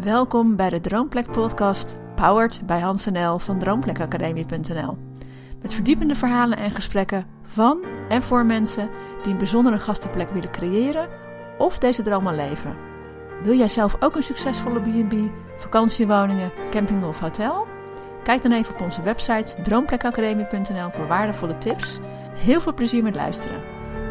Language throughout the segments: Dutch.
Welkom bij de Droomplek podcast, powered bij Hans NL van droomplekacademie.nl. Met verdiepende verhalen en gesprekken van en voor mensen die een bijzondere gastenplek willen creëren of deze droom al leven. Wil jij zelf ook een succesvolle B&B, vakantiewoningen, camping of hotel? Kijk dan even op onze website droomplekacademie.nl voor waardevolle tips. Heel veel plezier met luisteren.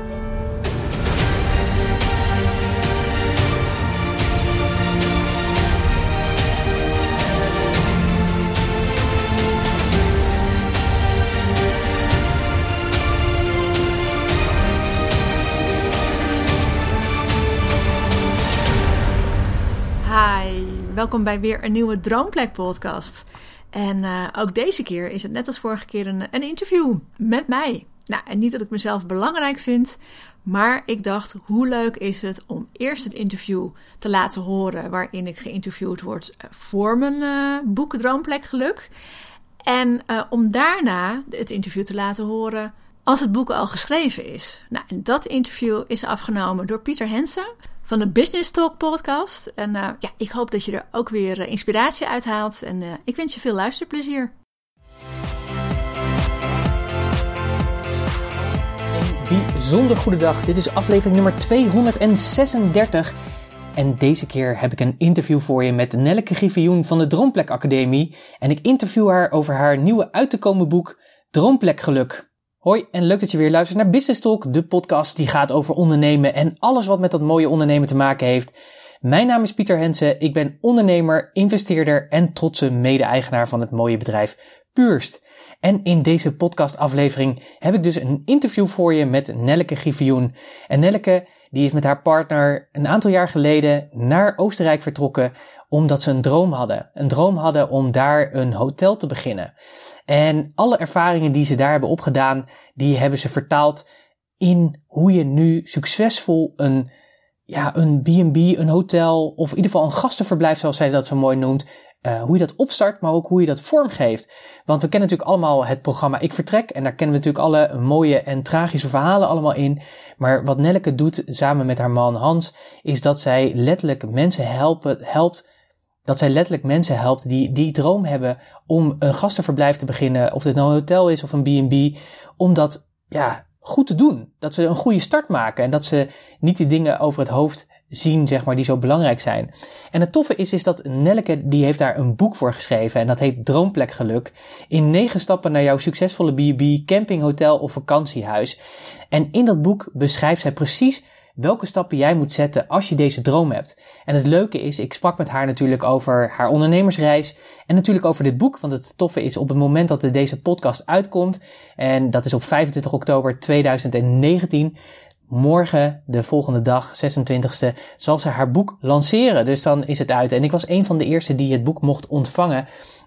Hi, welkom bij weer een nieuwe Droomplek podcast. En ook deze keer is het net als vorige keer een interview met mij. Nou, en niet dat ik mezelf belangrijk vind, maar ik dacht, hoe leuk is het om eerst het interview te laten horen waarin ik geïnterviewd word voor mijn boek Droomplek Geluk. En om daarna het interview te laten horen als het boek al geschreven is. Nou, en dat interview is afgenomen door Pieter Hensen van de Business Talk podcast. En ik hoop dat je er ook weer inspiratie uit haalt. En ik wens je veel luisterplezier. Een bijzonder goede dag. Dit is aflevering nummer 236. En deze keer heb ik een interview voor je met Nelleke Griffioen van de Droomplek Academie. En ik interview haar over haar nieuwe uit te komen boek Droomplek Geluk. Hoi en leuk dat je weer luistert naar Business Talk, de podcast die gaat over ondernemen en alles wat met dat mooie ondernemen te maken heeft. Mijn naam is Pieter Hensen, ik ben ondernemer, investeerder en trotse mede-eigenaar van het mooie bedrijf Purst. En in deze podcastaflevering heb ik dus een interview voor je met Nelleke Griffioen. En Nelleke die is met haar partner een aantal jaar geleden naar Oostenrijk vertrokken omdat ze een droom hadden. Een droom hadden om daar een hotel te beginnen. En alle ervaringen die ze daar hebben opgedaan, die hebben ze vertaald in hoe je nu succesvol een B&B, een hotel of in ieder geval een gastenverblijf zoals zij dat zo mooi noemt, hoe je dat opstart, maar ook hoe je dat vormgeeft. Want we kennen natuurlijk allemaal het programma Ik Vertrek en daar kennen we natuurlijk alle mooie en tragische verhalen allemaal in. Maar wat Nelleke doet samen met haar man Hans, is dat zij letterlijk mensen helpt die droom hebben om een gastenverblijf te beginnen, of het nou een hotel is of een B&B, om dat goed te doen. Dat ze een goede start maken en dat ze niet die dingen over het hoofd zien, zeg maar, die zo belangrijk zijn. En het toffe is dat Nelleke, die heeft daar een boek voor geschreven en dat heet Droomplek Geluk. In 9 stappen naar jouw succesvolle B&B, camping, hotel of vakantiehuis. En in dat boek beschrijft zij precies welke stappen jij moet zetten als je deze droom hebt. En het leuke is, ik sprak met haar natuurlijk over haar ondernemersreis en natuurlijk over dit boek, want het toffe is op het moment dat deze podcast uitkomt, en dat is op 25 oktober 2019, morgen, de volgende dag, 26e, zal ze haar boek lanceren. Dus dan is het uit. En ik was een van de eerste die het boek mocht ontvangen.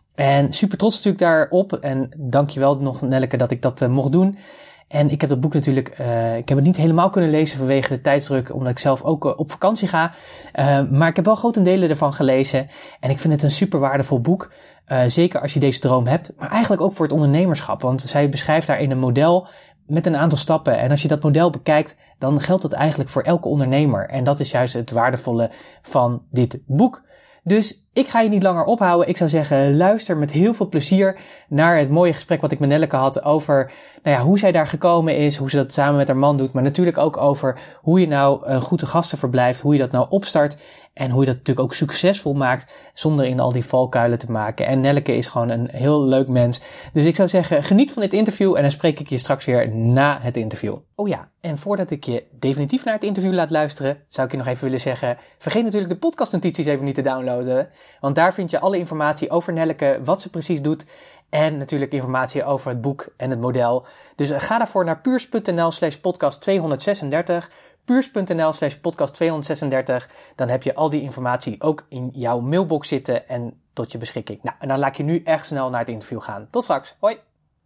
En super trots natuurlijk daarop. En dankjewel nog, Nelleke, dat ik dat mocht doen. En ik heb dat boek natuurlijk, ik heb het niet helemaal kunnen lezen vanwege de tijdsdruk, omdat ik zelf ook op vakantie ga. Maar ik heb wel grotendelen ervan gelezen. En ik vind het een super waardevol boek. Zeker als je deze droom hebt. Maar eigenlijk ook voor het ondernemerschap. Want zij beschrijft daarin een model met een aantal stappen. En als je dat model bekijkt, dan geldt dat eigenlijk voor elke ondernemer. En dat is juist het waardevolle van dit boek. Dus ik ga je niet langer ophouden. Ik zou zeggen, luister met heel veel plezier naar het mooie gesprek wat ik met Nelleke had over hoe zij daar gekomen is, hoe ze dat samen met haar man doet, maar natuurlijk ook over hoe je nou een goede gastenverblijft, hoe je dat nou opstart en hoe je dat natuurlijk ook succesvol maakt zonder in al die valkuilen te maken. En Nelleke is gewoon een heel leuk mens. Dus ik zou zeggen, geniet van dit interview en dan spreek ik je straks weer na het interview. Oh ja, en voordat ik je definitief naar het interview laat luisteren, zou ik je nog even willen zeggen, vergeet natuurlijk de podcastnotities even niet te downloaden, want daar vind je alle informatie over Nelleke, wat ze precies doet en natuurlijk informatie over het boek en het model. Dus ga daarvoor naar puurs.nl/podcast 236, puurs.nl/podcast 236. Dan heb je al die informatie ook in jouw mailbox zitten en tot je beschikking. Nou, en dan laat ik je nu echt snel naar het interview gaan. Tot straks. Hoi!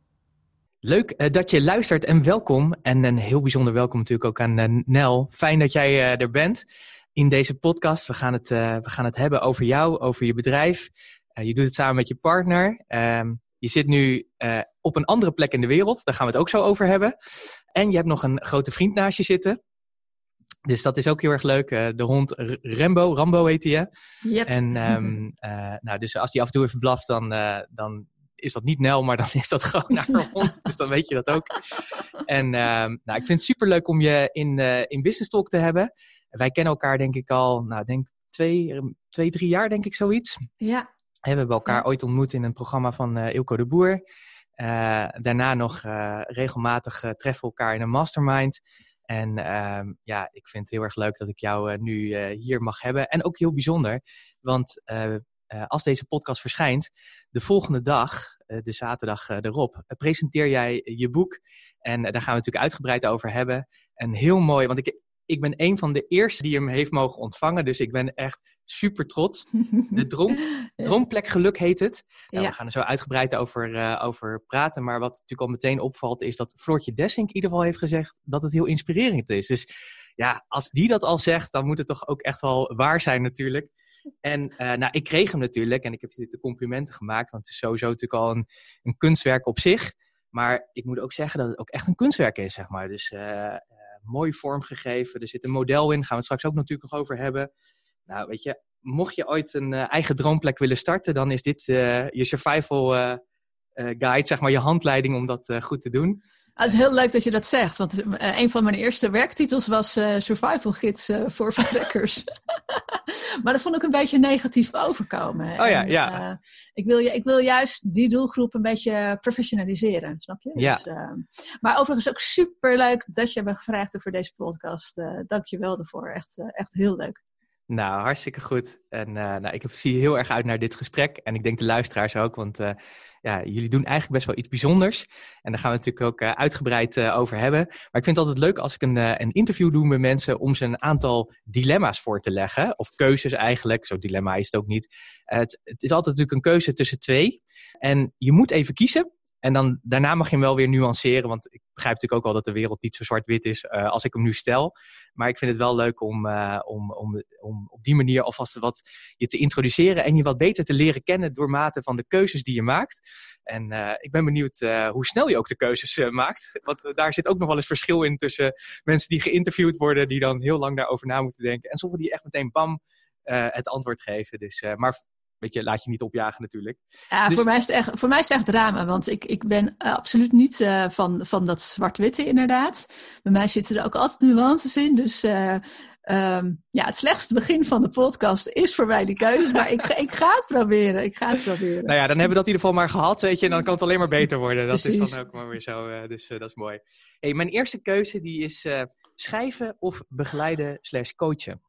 Leuk dat je luistert en welkom. En een heel bijzonder welkom natuurlijk ook aan Nel. Fijn dat jij er bent in deze podcast. We gaan het hebben over jou, over je bedrijf. Je doet het samen met je partner. Je zit nu op een andere plek in de wereld. Daar gaan we het ook zo over hebben. En je hebt nog een grote vriend naast je zitten. Dus dat is ook heel erg leuk. De hond Rambo heet hij, hè? Yep. En dus als die af en toe even blaft, dan is dat niet Nel, maar dan is dat gewoon naar hond. Dus dan weet je dat ook. En ik vind het superleuk om je in Business Talk te hebben. Wij kennen elkaar denk ik al, denk 2-3 jaar denk ik zoiets. Ja. We hebben elkaar ooit ontmoet in een programma van Ilko de Boer. Daarna nog regelmatig treffen we elkaar in een mastermind. En ik vind het heel erg leuk dat ik jou nu hier mag hebben. En ook heel bijzonder, want als deze podcast verschijnt, de volgende dag, de zaterdag erop, presenteer jij je boek. En daar gaan we natuurlijk uitgebreid over hebben. En heel mooi, want ik ben een van de eerste die hem heeft mogen ontvangen. Dus ik ben echt super trots. De Droomplek Geluk heet het. We gaan er zo uitgebreid over praten. Maar wat natuurlijk al meteen opvalt is dat Floortje Dessink in ieder geval heeft gezegd dat het heel inspirerend is. Dus ja, als die dat al zegt, dan moet het toch ook echt wel waar zijn natuurlijk. En ik kreeg hem natuurlijk en ik heb natuurlijk de complimenten gemaakt. Want het is sowieso natuurlijk al een kunstwerk op zich. Maar ik moet ook zeggen dat het ook echt een kunstwerk is, zeg maar. Dus mooi vormgegeven. Er zit een model in. Daar gaan we het straks ook natuurlijk nog over hebben. Nou, weet je, mocht je ooit een eigen droomplek willen starten, dan is dit je survival guide, zeg maar, je handleiding om dat goed te doen. Het is heel leuk dat je dat zegt, want een van mijn eerste werktitels was survival gids voor vertrekkers. Maar dat vond ik een beetje negatief overkomen. Ik wil juist die doelgroep een beetje professionaliseren, snap je? Ja. Dus, maar overigens ook superleuk dat je me gevraagd hebt voor deze podcast. Dank je wel daarvoor, echt heel leuk. Nou, hartstikke goed. En ik zie heel erg uit naar dit gesprek. En ik denk de luisteraars ook, want jullie doen eigenlijk best wel iets bijzonders. En daar gaan we natuurlijk ook uitgebreid over hebben. Maar ik vind het altijd leuk als ik een interview doe met mensen om ze een aantal dilemma's voor te leggen. Of keuzes eigenlijk. Zo'n dilemma is het ook niet. Het is altijd natuurlijk een keuze tussen twee. En je moet even kiezen. En dan daarna mag je hem wel weer nuanceren. Want ik begrijp natuurlijk ook wel dat de wereld niet zo zwart-wit is als ik hem nu stel. Maar ik vind het wel leuk om op die manier alvast wat je te introduceren. En je wat beter te leren kennen door mate van de keuzes die je maakt. En ik ben benieuwd hoe snel je ook de keuzes maakt. Want daar zit ook nog wel eens verschil in tussen mensen die geïnterviewd worden. Die dan heel lang daarover na moeten denken. En sommigen die echt meteen bam het antwoord geven. Dus, maar weet je, laat je niet opjagen natuurlijk. Ja, dus voor mij is het echt drama. Want ik ben absoluut niet van dat zwart-witte inderdaad. Bij mij zitten er ook altijd nuances in. Dus het slechtste begin van de podcast is voor mij die keuzes. Maar ik ga het proberen. Nou ja, dan hebben we dat in ieder geval maar gehad, weet je. En dan kan het alleen maar beter worden. Dat Precies. Is dan ook maar weer zo. Dus dat is mooi. Hey, mijn eerste keuze die is schrijven of begeleiden / coachen.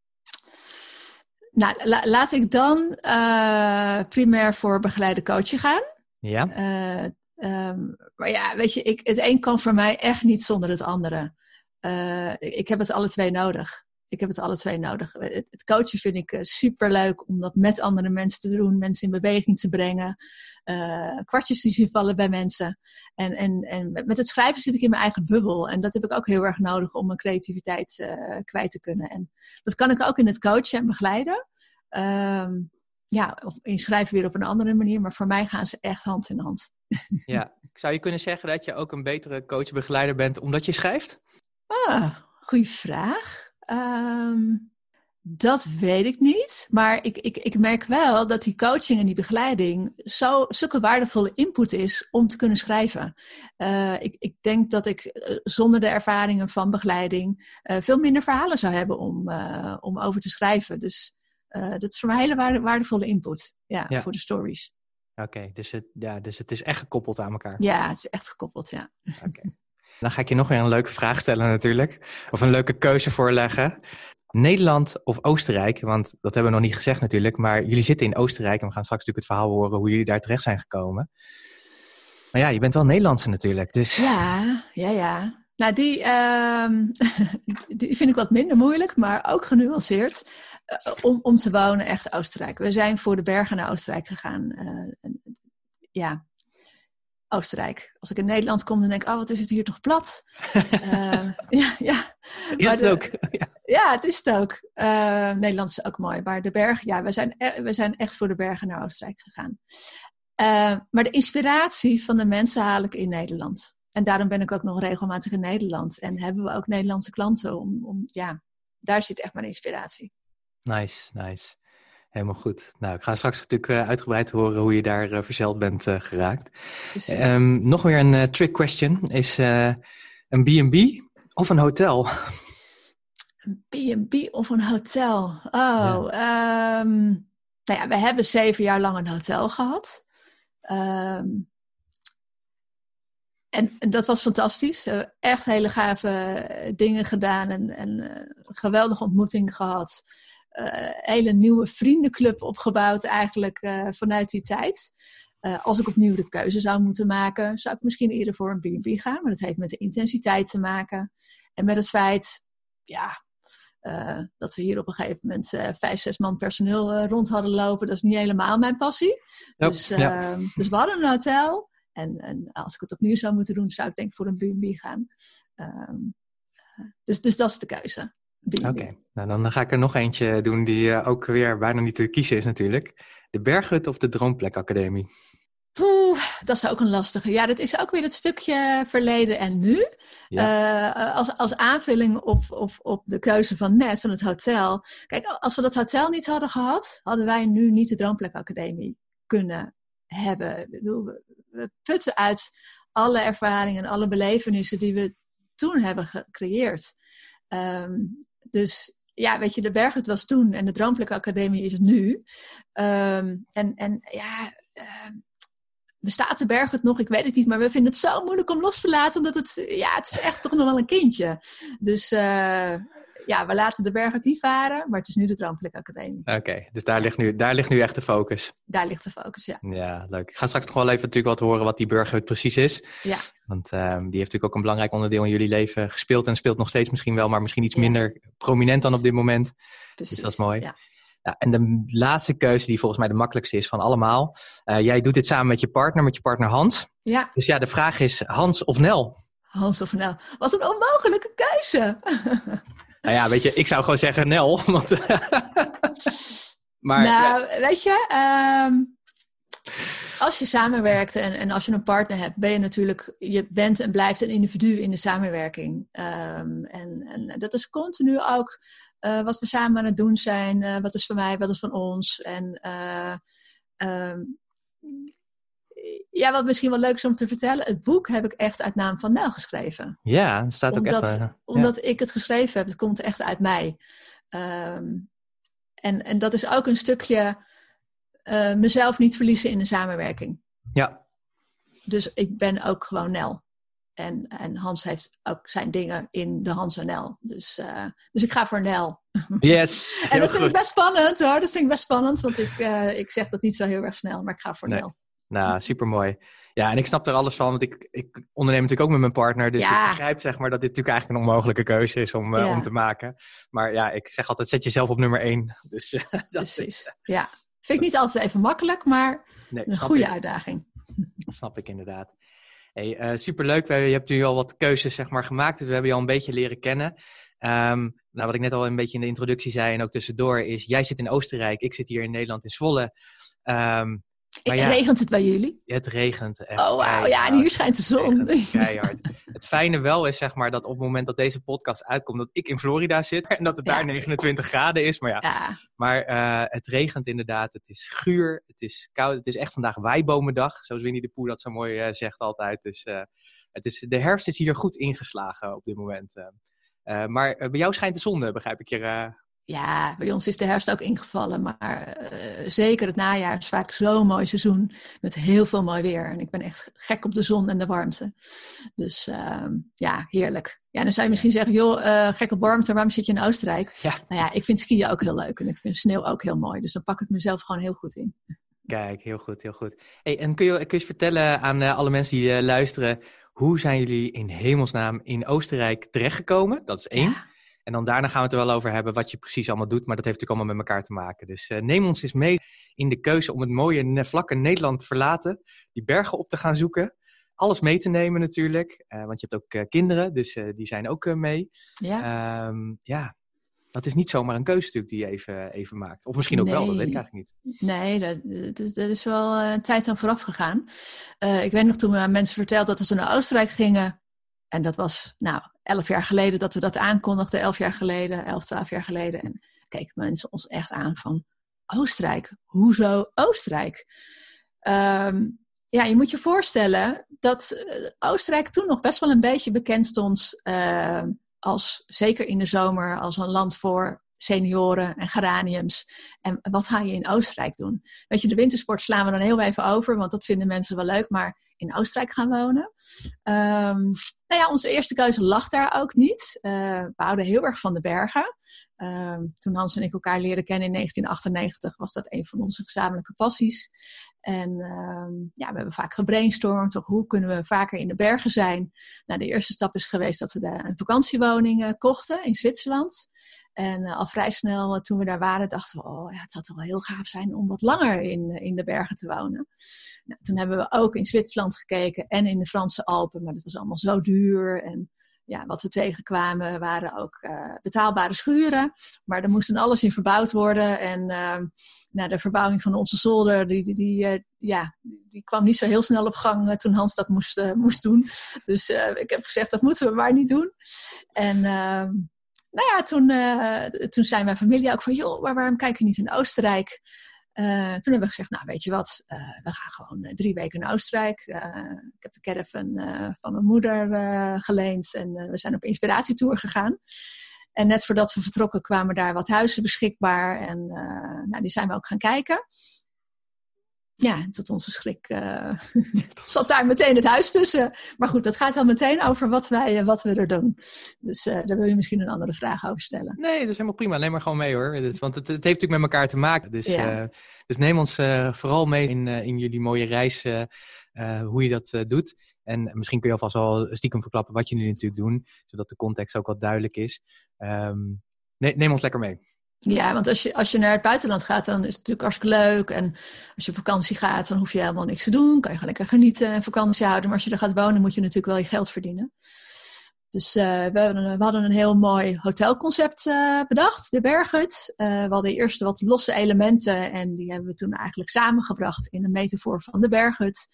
Nou, laat ik dan primair voor begeleide coaching gaan. Ja. Maar ja, weet je, het een kan voor mij echt niet zonder het andere. Ik heb het alle twee nodig. Het coachen vind ik superleuk om dat met andere mensen te doen. Mensen in beweging te brengen. Kwartjes te zien vallen bij mensen. En met het schrijven zit ik in mijn eigen bubbel. En dat heb ik ook heel erg nodig om mijn creativiteit kwijt te kunnen. En dat kan ik ook in het coachen en begeleiden. Of in schrijven weer op een andere manier. Maar voor mij gaan ze echt hand in hand. Ja, zou je kunnen zeggen dat je ook een betere coach-begeleider bent omdat je schrijft? Goeie vraag. Dat weet ik niet. Maar ik merk wel dat die coaching en die begeleiding zulke waardevolle input is om te kunnen schrijven. Ik denk dat ik zonder de ervaringen van begeleiding veel minder verhalen zou hebben om over te schrijven. Dus dat is voor mij hele waardevolle input voor de stories. Oké, dus het is echt gekoppeld aan elkaar. Ja, het is echt gekoppeld, ja. Oké. Dan ga ik je nog weer een leuke vraag stellen natuurlijk. Of een leuke keuze voorleggen. Nederland of Oostenrijk? Want dat hebben we nog niet gezegd natuurlijk. Maar jullie zitten in Oostenrijk. En we gaan straks natuurlijk het verhaal horen hoe jullie daar terecht zijn gekomen. Maar ja, je bent wel Nederlandse natuurlijk. Dus... Ja. Nou, die vind ik wat minder moeilijk. Maar ook genuanceerd. Om te wonen echt Oostenrijk. We zijn voor de bergen naar Oostenrijk gegaan. Oostenrijk. Als ik in Nederland kom, dan denk ik, wat is het hier toch plat? Is het ook? Ja, het is het ook. Nederland is ook mooi. Maar de bergen, we zijn echt voor de bergen naar Oostenrijk gegaan. Maar de inspiratie van de mensen haal ik in Nederland. En daarom ben ik ook nog regelmatig in Nederland. En hebben we ook Nederlandse klanten daar zit echt mijn inspiratie. Nice. Helemaal goed. Nou, ik ga straks natuurlijk uitgebreid horen hoe je daar verzeild bent geraakt. Nog weer een trick question. Is een B&B of een hotel? Een B&B of een hotel? Oh, nou ja, we hebben 7 jaar lang een hotel gehad. En dat was fantastisch. We hebben echt hele gave dingen gedaan en een geweldige ontmoeting gehad. Hele nieuwe vriendenclub opgebouwd eigenlijk vanuit die tijd. Als ik opnieuw de keuze zou moeten maken, zou ik misschien eerder voor een B&B gaan. Maar dat heeft met de intensiteit te maken. En met het feit, dat we hier op een gegeven moment 5-6 man personeel rond hadden lopen. Dat is niet helemaal mijn passie. Yep, dus we hadden een hotel. En als ik het opnieuw zou moeten doen, zou ik denk ik voor een B&B gaan. Dus dat is de keuze. Oké, nou dan ga ik er nog eentje doen die ook weer bijna niet te kiezen is natuurlijk. De Berghut of de Droomplek Academie? Dat is ook een lastige. Ja, dat is ook weer het stukje verleden en nu. Ja. Als aanvulling op de keuze van net, van het hotel. Kijk, als we dat hotel niet hadden gehad, hadden wij nu niet de Droomplek Academie kunnen hebben. Ik bedoel, we putten uit alle ervaringen en alle belevenissen die we toen hebben gecreëerd. Dus ja, weet je, de Berghut was toen en de Droomplek Academie is het nu. Bestaat de Berghut nog? Ik weet het niet, maar we vinden het zo moeilijk om los te laten, omdat het is echt toch nog wel een kindje. Dus we laten de Berghut niet varen, maar het is nu de Droomplek Academie. Oké, dus daar ligt nu echt de focus. Daar ligt de focus, ja. Ja, leuk. Ik ga straks nog wel even natuurlijk wat horen wat die Berghut precies is. Ja. Want die heeft natuurlijk ook een belangrijk onderdeel in jullie leven gespeeld en speelt nog steeds misschien wel, maar misschien iets minder prominent dan op dit moment. Precies. Dus dat is mooi. Ja. Ja, en de laatste keuze die volgens mij de makkelijkste is van allemaal. Jij doet dit samen met je partner Hans. Ja. Dus ja, de vraag is Hans of Nel? Hans of Nel. Wat een onmogelijke keuze. Nou ja, weet je, ik zou gewoon zeggen Nel. Want maar, weet je, als je samenwerkt en als je een partner hebt, je bent en blijft een individu in de samenwerking. En dat is continu ook wat we samen aan het doen zijn. Wat is van mij, wat is van ons. En wat misschien wel leuk is om te vertellen. Het boek heb ik echt uit naam van Nel geschreven. Ja, het staat ook echt... Omdat ik het geschreven heb. Het komt echt uit mij. En dat is ook een stukje mezelf niet verliezen in de samenwerking. Ja. Dus ik ben ook gewoon Nel. En Hans heeft ook zijn dingen in de Hans en Nel. Dus ik ga voor Nel. Yes. En dat vind ik best spannend hoor. Dat vind ik best spannend. Want ik zeg dat niet zo heel erg snel. Maar ik ga voor Nel. Nou, supermooi. Ja, en ik snap er alles van. Want ik onderneem natuurlijk ook met mijn partner. Dus ik begrijp zeg maar dat dit natuurlijk eigenlijk een onmogelijke keuze is om te maken. Maar ja, ik zeg altijd, zet jezelf op nummer 1. Dus, precies. Ja. Vind ik niet altijd even makkelijk, maar een goede uitdaging. Dat snap ik inderdaad. Hey, superleuk. Je hebt nu al wat keuzes zeg maar, gemaakt. Dus we hebben je al een beetje leren kennen. Wat ik net al een beetje in de introductie zei en ook tussendoor is... Jij zit in Oostenrijk, ik zit hier in Nederland in Zwolle. Regent het bij jullie? Het regent echt. Oh, wauw. Ja, en hier schijnt de zon. Keihard. Het fijne wel is zeg maar dat op het moment dat deze podcast uitkomt... dat ik in Florida zit en dat het daar 29 graden is. Maar het regent inderdaad. Het is guur. Het is koud. Het is echt vandaag Weibomendag. Zoals Winnie de Pooh dat zo mooi zegt altijd. Dus de herfst is hier goed ingeslagen op dit moment. Maar bij jou schijnt de zon, begrijp ik hier... Ja, bij ons is de herfst ook ingevallen, maar zeker het najaar is vaak zo'n mooi seizoen met heel veel mooi weer. En ik ben echt gek op de zon en de warmte. Dus heerlijk. Ja, dan zou je misschien zeggen, gek op warmte, waarom zit je in Oostenrijk? Ja. Nou ja, ik vind skiën ook heel leuk en ik vind sneeuw ook heel mooi. Dus dan pak ik mezelf gewoon heel goed in. Kijk, heel goed, heel goed. Hey, en kun je eens vertellen aan alle mensen die luisteren, hoe zijn jullie in hemelsnaam in Oostenrijk terechtgekomen? Dat is 1. Ja. En dan daarna gaan we het er wel over hebben wat je precies allemaal doet. Maar dat heeft natuurlijk allemaal met elkaar te maken. Dus neem ons eens mee in de keuze om het mooie vlakke Nederland te verlaten. Die bergen op te gaan zoeken. Alles mee te nemen natuurlijk. Want je hebt ook kinderen, dus die zijn ook mee. Ja. Dat is niet zomaar een keuze natuurlijk die je even maakt. Of misschien ook wel, dat weet ik eigenlijk niet. Nee, dat is wel een tijd aan vooraf gegaan. Ik weet nog toen we aan mensen vertelden dat ze naar Oostenrijk gingen. En dat was 11 jaar geleden dat we dat aankondigden. 11, 12 jaar geleden. En keken mensen ons echt aan van Oostenrijk. Hoezo Oostenrijk? Je moet je voorstellen dat Oostenrijk toen nog best wel een beetje bekend stond als, zeker in de zomer, als een land voor senioren en geraniums. En wat ga je in Oostenrijk doen? Weet je, de wintersport slaan we dan heel even over, want dat vinden mensen wel leuk, maar in Oostenrijk gaan wonen. Onze eerste keuze lag daar ook niet. We houden heel erg van de bergen. Toen Hans en ik elkaar leren kennen in 1998 was dat een van onze gezamenlijke passies. En we hebben vaak gebrainstormd. Hoe kunnen we vaker in de bergen zijn? Nou, de eerste stap is geweest dat we een vakantiewoning kochten in Zwitserland. En al vrij snel toen we daar waren dachten we, het zou toch wel heel gaaf zijn om wat langer in de bergen te wonen. Nou, toen hebben we ook in Zwitserland gekeken en in de Franse Alpen, maar dat was allemaal zo duur. En wat we tegenkwamen waren ook betaalbare schuren, maar er moest dan alles in verbouwd worden. En de verbouwing van onze zolder, die kwam niet zo heel snel op gang toen Hans dat moest doen. Dus ik heb gezegd, dat moeten we maar niet doen. En toen zei mijn familie ook van, joh, maar waarom kijken we niet in Oostenrijk? Toen hebben we gezegd, weet je wat, we gaan gewoon 3 weken naar Oostenrijk. Ik heb de caravan van mijn moeder geleend en we zijn op inspiratietour gegaan. En net voordat we vertrokken kwamen daar wat huizen beschikbaar en die zijn we ook gaan kijken. Ja, tot onze schrik zat daar meteen het huis tussen. Maar goed, dat gaat dan meteen over wat we er doen. Dus daar wil je misschien een andere vraag over stellen. Nee, dat is helemaal prima. Neem maar gewoon mee hoor. Want het heeft natuurlijk met elkaar te maken. Dus neem ons vooral mee in jullie mooie reis, hoe je dat doet. En misschien kun je alvast al stiekem verklappen wat jullie natuurlijk doen. Zodat de context ook wat duidelijk is. Neem ons lekker mee. Ja, want als je naar het buitenland gaat, dan is het natuurlijk hartstikke leuk. En als je op vakantie gaat, dan hoef je helemaal niks te doen. Kan je gewoon lekker genieten en vakantie houden. Maar als je er gaat wonen, moet je natuurlijk wel je geld verdienen. Dus we hadden een heel mooi hotelconcept bedacht, de Berghut. We hadden eerst wat losse elementen en die hebben we toen eigenlijk samengebracht in een metafoor van de Berghut.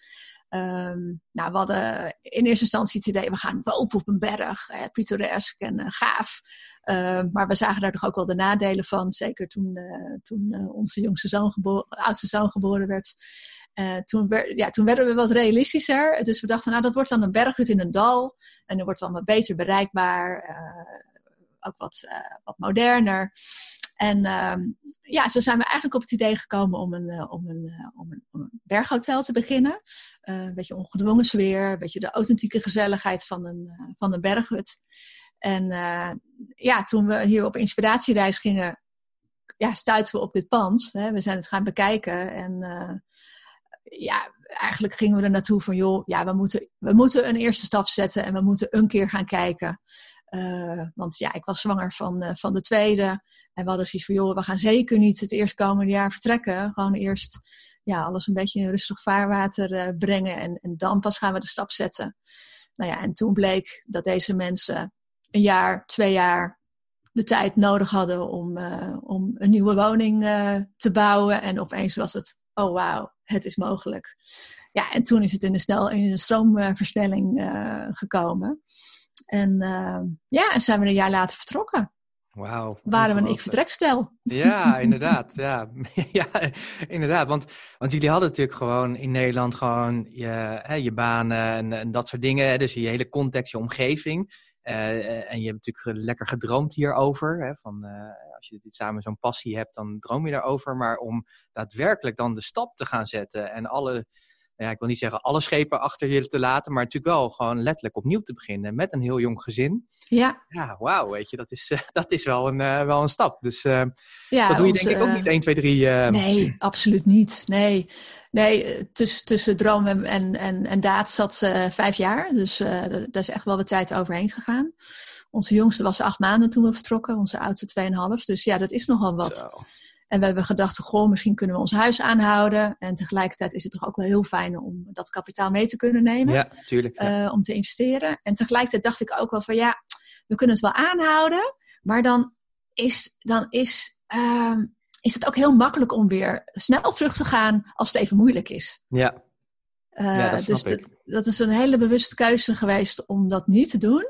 We hadden in eerste instantie het idee, we gaan boven op een berg, pittoresk en gaaf. Maar we zagen daar toch ook wel de nadelen van, zeker toen onze oudste zoon geboren werd. Toen werden we wat realistischer. Dus we dachten, dat wordt dan een berghut in een dal. En dat wordt dan wat beter bereikbaar. Ook wat moderner. En zo zijn we eigenlijk op het idee gekomen om een berghotel te beginnen. Een beetje ongedwongen sfeer, een beetje de authentieke gezelligheid van een berghut. En toen we hier op inspiratiereis gingen, stuitten we op dit pand. Hè. We zijn het gaan bekijken en eigenlijk gingen we er naartoe van, joh, we moeten een eerste stap zetten en we moeten een keer gaan kijken. Want ik was zwanger van de tweede. En we hadden zoiets van, joh, we gaan zeker niet het eerstkomende jaar vertrekken. Gewoon eerst alles een beetje in rustig vaarwater brengen. En dan pas gaan we de stap zetten. En toen bleek dat deze mensen 1 jaar, 2 jaar de tijd nodig hadden om een nieuwe woning te bouwen. En opeens was het, oh wauw, het is mogelijk. Ja, en toen is het in een stroomversnelling gekomen. En zijn we 1 jaar later vertrokken. Wauw. Waren we een ik-vertrekstel. Ja, inderdaad. Ja, inderdaad. Want jullie hadden natuurlijk gewoon in Nederland gewoon je banen en dat soort dingen. Dus je hele context, je omgeving. En je hebt natuurlijk lekker gedroomd hierover. Hè, als je samen zo'n passie hebt, dan droom je daarover. Maar om daadwerkelijk dan de stap te gaan zetten en ik wil niet zeggen alle schepen achter je te laten, maar natuurlijk wel gewoon letterlijk opnieuw te beginnen met een heel jong gezin. Ja. Ja, wauw, weet je, dat is wel een stap. Dus dat doe je denk ik ook niet 1, 2, 3. Nee, absoluut niet. Nee, tussen droom en daad zat 5 jaar. Dus daar is echt wel wat tijd overheen gegaan. Onze jongste was 8 maanden toen we vertrokken. Onze oudste 2,5. Dus ja, dat is nogal wat. Zo. En we hebben gedacht, misschien kunnen we ons huis aanhouden. En tegelijkertijd is het toch ook wel heel fijn om dat kapitaal mee te kunnen nemen. Ja, tuurlijk. Ja. Om te investeren. En tegelijkertijd dacht ik ook wel van we kunnen het wel aanhouden. Maar dan is het ook heel makkelijk om weer snel terug te gaan als het even moeilijk is. Ja. Dat snap ik. Dat is een hele bewuste keuze geweest om dat niet te doen.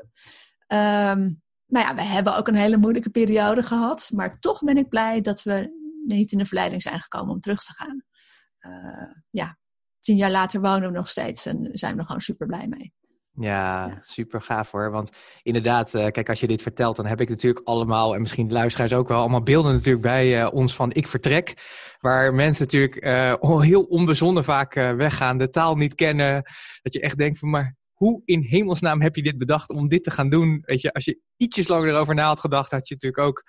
We hebben ook een hele moeilijke periode gehad. Maar toch ben ik blij dat we niet in de verleiding zijn gekomen om terug te gaan. 10 jaar later wonen we nog steeds en zijn we er gewoon super blij mee. Ja, super gaaf hoor. Want inderdaad, kijk, als je dit vertelt, dan heb ik natuurlijk allemaal, en misschien de luisteraars ook wel, allemaal beelden natuurlijk bij ons van Ik Vertrek. Waar mensen natuurlijk heel onbezonnen vaak weggaan, de taal niet kennen. Dat je echt denkt van, maar hoe in hemelsnaam heb je dit bedacht om dit te gaan doen? Weet je, als je ietsjes langer erover na had gedacht, had je natuurlijk ook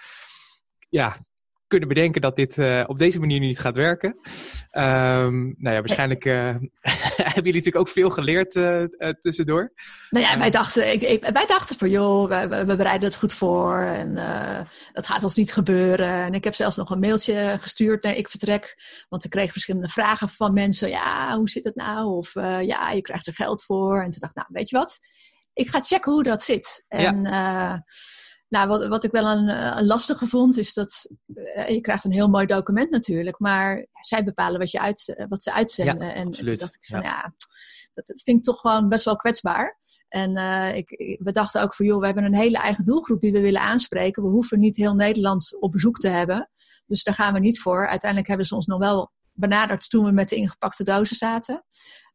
kunnen bedenken dat dit op deze manier niet gaat werken. Waarschijnlijk hebben jullie natuurlijk ook veel geleerd tussendoor. Wij dachten van joh, we bereiden het goed voor en dat gaat ons niet gebeuren. En ik heb zelfs nog een mailtje gestuurd naar Ik Vertrek, want ik kreeg verschillende vragen van mensen. Ja, hoe zit het nou? Of je krijgt er geld voor. En toen dacht ik, weet je wat? Ik ga checken hoe dat zit. En wat ik wel een lastige vond, is dat je krijgt een heel mooi document natuurlijk, maar zij bepalen wat ze uitzenden. En toen dacht ik van dat vind ik toch gewoon best wel kwetsbaar. En we dachten ook van we hebben een hele eigen doelgroep die we willen aanspreken. We hoeven niet heel Nederland op bezoek te hebben. Dus daar gaan we niet voor. Uiteindelijk hebben ze ons nog wel benaderd toen we met de ingepakte dozen zaten.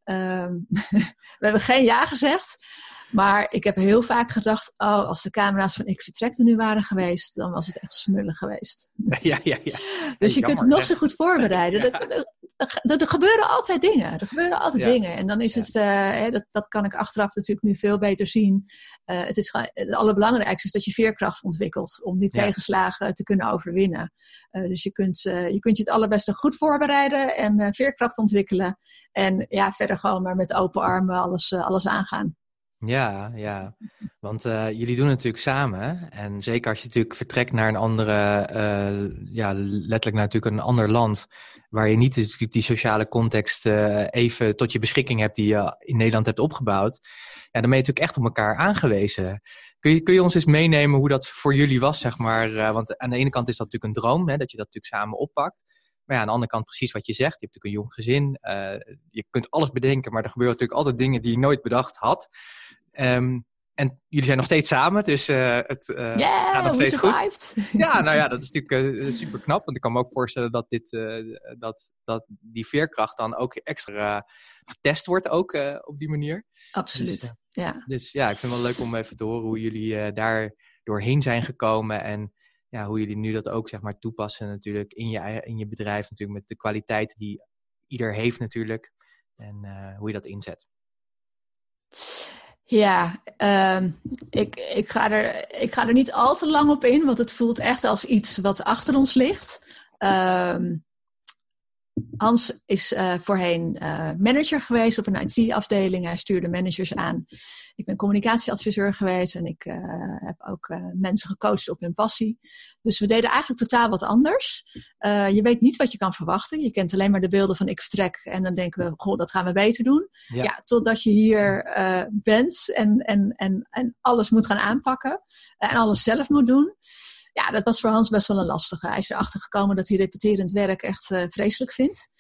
We hebben geen ja gezegd. Maar ik heb heel vaak gedacht, als de camera's van Ik Vertrek er nu waren geweest, dan was het echt smullig geweest. Ja. Dus je kunt het nog zo goed voorbereiden. Er gebeuren altijd dingen. En dan is het, dat kan ik achteraf natuurlijk nu veel beter zien. Het allerbelangrijkste is dat je veerkracht ontwikkelt om die tegenslagen te kunnen overwinnen. Dus je kunt je het allerbeste goed voorbereiden en veerkracht ontwikkelen. En verder gewoon maar met open armen alles aangaan. Ja, want jullie doen het natuurlijk samen. En zeker als je natuurlijk vertrekt naar een andere, letterlijk naar natuurlijk een ander land, waar je niet natuurlijk die sociale context even tot je beschikking hebt die je in Nederland hebt opgebouwd. Ja, dan ben je natuurlijk echt op elkaar aangewezen. Kun je ons eens meenemen hoe dat voor jullie was, zeg maar? Want aan de ene kant is dat natuurlijk een droom, hè, dat je dat natuurlijk samen oppakt. Maar aan de andere kant precies wat je zegt. Je hebt natuurlijk een jong gezin. Je kunt alles bedenken, maar er gebeuren natuurlijk altijd dingen die je nooit bedacht had. En jullie zijn nog steeds samen, dus het gaat nog steeds goed. Ja, dat is natuurlijk super knap. Want ik kan me ook voorstellen dat dat die veerkracht dan ook extra getest wordt ook op die manier. Absoluut, Dus ik vind het wel leuk om even te horen hoe jullie daar doorheen zijn gekomen. En hoe jullie nu dat ook zeg maar toepassen natuurlijk in je bedrijf. Natuurlijk met de kwaliteiten die ieder heeft natuurlijk. En hoe je dat inzet. Ja, ik ga er niet al te lang op in, want het voelt echt als iets wat achter ons ligt. Hans is voorheen manager geweest op een IT-afdeling. Hij stuurde managers aan. Ik ben communicatieadviseur geweest en ik heb ook mensen gecoacht op hun passie. Dus we deden eigenlijk totaal wat anders. Je weet niet wat je kan verwachten. Je kent alleen maar de beelden van Ik Vertrek en dan denken we, goh, dat gaan we beter doen. Ja, totdat je hier bent en alles moet gaan aanpakken en alles zelf moet doen. Ja, dat was voor Hans best wel een lastige. Hij is erachter gekomen dat hij repeterend werk echt vreselijk vindt.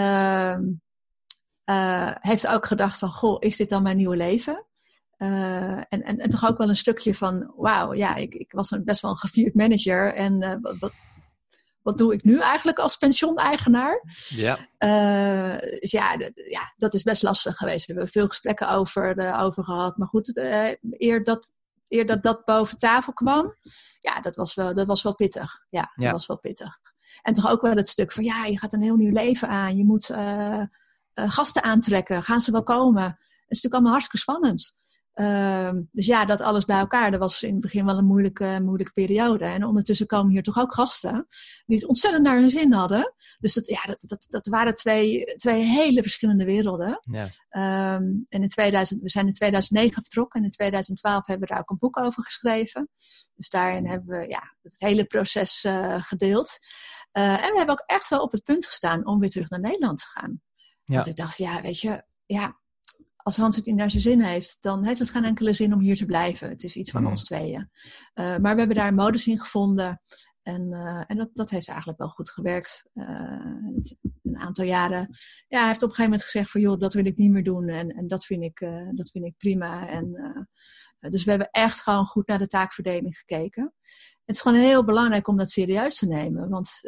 Heeft ook gedacht van, goh, is dit dan mijn nieuwe leven? En toch ook wel een stukje van, wauw, ik was best wel een gevierd manager. En wat doe ik nu eigenlijk als pensioeneigenaar? Ja. Dus dat is best lastig geweest. We hebben veel gesprekken over gehad. Maar goed, eer dat boven tafel kwam, dat was wel pittig. Ja, dat was wel pittig. En toch ook wel het stuk van, je gaat een heel nieuw leven aan. Je moet gasten aantrekken. Gaan ze wel komen? Het is natuurlijk allemaal hartstikke spannend. Dus dat alles bij elkaar, dat was in het begin wel een moeilijke periode. En ondertussen komen hier toch ook gasten die het ontzettend naar hun zin hadden. Dus dat waren twee hele verschillende werelden. Ja. En we zijn in 2009 vertrokken en in 2012 hebben we daar ook een boek over geschreven. Dus daarin hebben we het hele proces gedeeld. En we hebben ook echt wel op het punt gestaan om weer terug naar Nederland te gaan. Ja. Want ik dacht, weet je, als Hans het naar zijn zin heeft, dan heeft het geen enkele zin om hier te blijven. Het is iets van ons tweeën. Maar we hebben daar een modus in gevonden. En dat heeft eigenlijk wel goed gewerkt. een aantal jaren. Ja, hij heeft op een gegeven moment gezegd van joh, dat wil ik niet meer doen. En dat vind ik prima. Dus we hebben echt gewoon goed naar de taakverdeling gekeken. Het is gewoon heel belangrijk om dat serieus te nemen. Want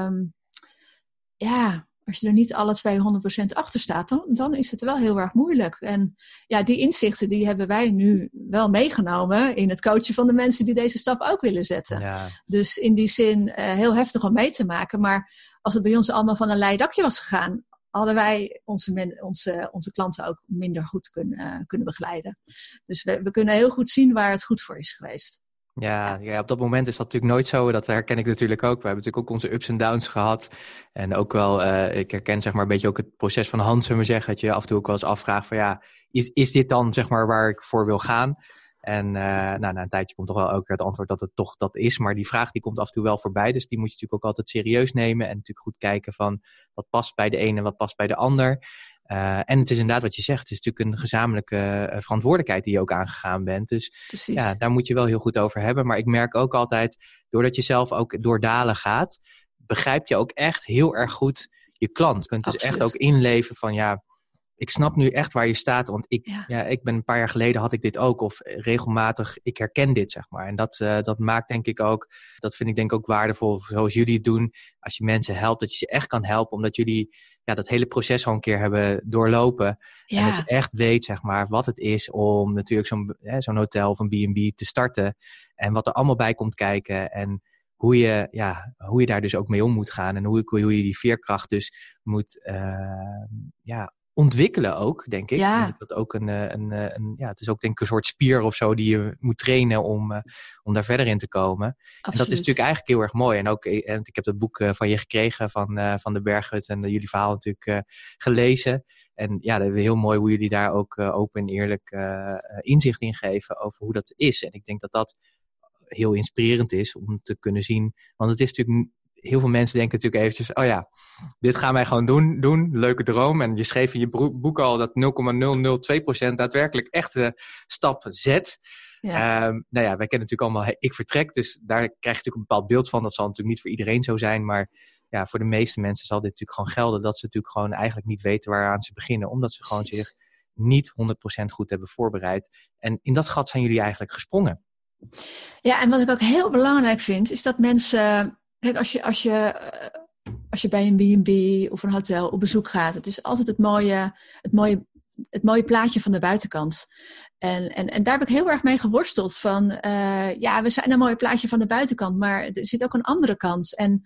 als je er niet alle 200% achter staat, dan is het wel heel erg moeilijk. En ja, die inzichten die hebben wij nu wel meegenomen in het coachen van de mensen die deze stap ook willen zetten. Ja. Dus in die zin heel heftig om mee te maken. Maar als het bij ons allemaal van een leien dakje was gegaan, hadden wij onze klanten ook minder goed kunnen begeleiden. Dus we kunnen heel goed zien waar het goed voor is geweest. Ja, op dat moment is dat natuurlijk nooit zo. Dat herken ik natuurlijk ook. We hebben natuurlijk ook onze ups en downs gehad. En ook wel, ik herken zeg maar een beetje ook het proces van Hans, zullen we zeggen. Dat je af en toe ook wel eens afvraagt van ja, is dit dan zeg maar waar ik voor wil gaan? En na een tijdje komt toch wel ook het antwoord dat het toch dat is. Maar die vraag die komt af en toe wel voorbij. Dus die moet je natuurlijk ook altijd serieus nemen. En natuurlijk goed kijken van wat past bij de ene en wat past bij de ander. En het is inderdaad wat je zegt. Het is natuurlijk een gezamenlijke verantwoordelijkheid die je ook aangegaan bent. Dus precies. Ja, daar moet je wel heel goed over hebben. Maar ik merk ook altijd, doordat je zelf ook door dalen gaat, begrijp je ook echt heel erg goed je klant. Je kunt dus echt ook inleven van ja, ik snap nu echt waar je staat. Want ik ben een paar jaar geleden had ik dit ook. Of regelmatig, ik herken dit, zeg maar. En dat maakt denk ik ook, dat vind ik denk ik ook waardevol, zoals jullie het doen. Als je mensen helpt, dat je ze echt kan helpen. Omdat jullie dat hele proces al een keer hebben doorlopen. Ja. En dat je echt weet, zeg maar, wat het is om natuurlijk zo'n hotel of een B&B te starten. En wat er allemaal bij komt kijken. En hoe je daar dus ook mee om moet gaan. En hoe je die veerkracht dus moet ontwikkelen ook, denk ik. Ja. Dat ook het is ook denk ik een soort spier of zo die je moet trainen om daar verder in te komen. Absoluut. En dat is natuurlijk eigenlijk heel erg mooi. En ik heb het boek van je gekregen van de Berghut en jullie verhaal natuurlijk gelezen. En ja, dat is heel mooi hoe jullie daar ook open en eerlijk inzicht in geven over hoe dat is. En ik denk dat dat heel inspirerend is om te kunnen zien. Want het is natuurlijk, heel veel mensen denken natuurlijk eventjes, oh ja, dit gaan wij gewoon doen, leuke droom. En je schreef in je boek al dat 0,002% daadwerkelijk echt de stap zet. Ja. Wij kennen natuurlijk allemaal ik vertrek, dus daar krijg je natuurlijk een bepaald beeld van. Dat zal natuurlijk niet voor iedereen zo zijn, maar ja, voor de meeste mensen zal dit natuurlijk gewoon gelden, dat ze natuurlijk gewoon eigenlijk niet weten waaraan ze beginnen, omdat ze gewoon zich niet 100% goed hebben voorbereid. En in dat gat zijn jullie eigenlijk gesprongen. Ja, en wat ik ook heel belangrijk vind, is dat mensen, kijk, als je bij een B&B of een hotel op bezoek gaat, het is altijd het mooie plaatje van de buitenkant. En daar heb ik heel erg mee geworsteld van, we zijn een mooi plaatje van de buitenkant, maar er zit ook een andere kant. En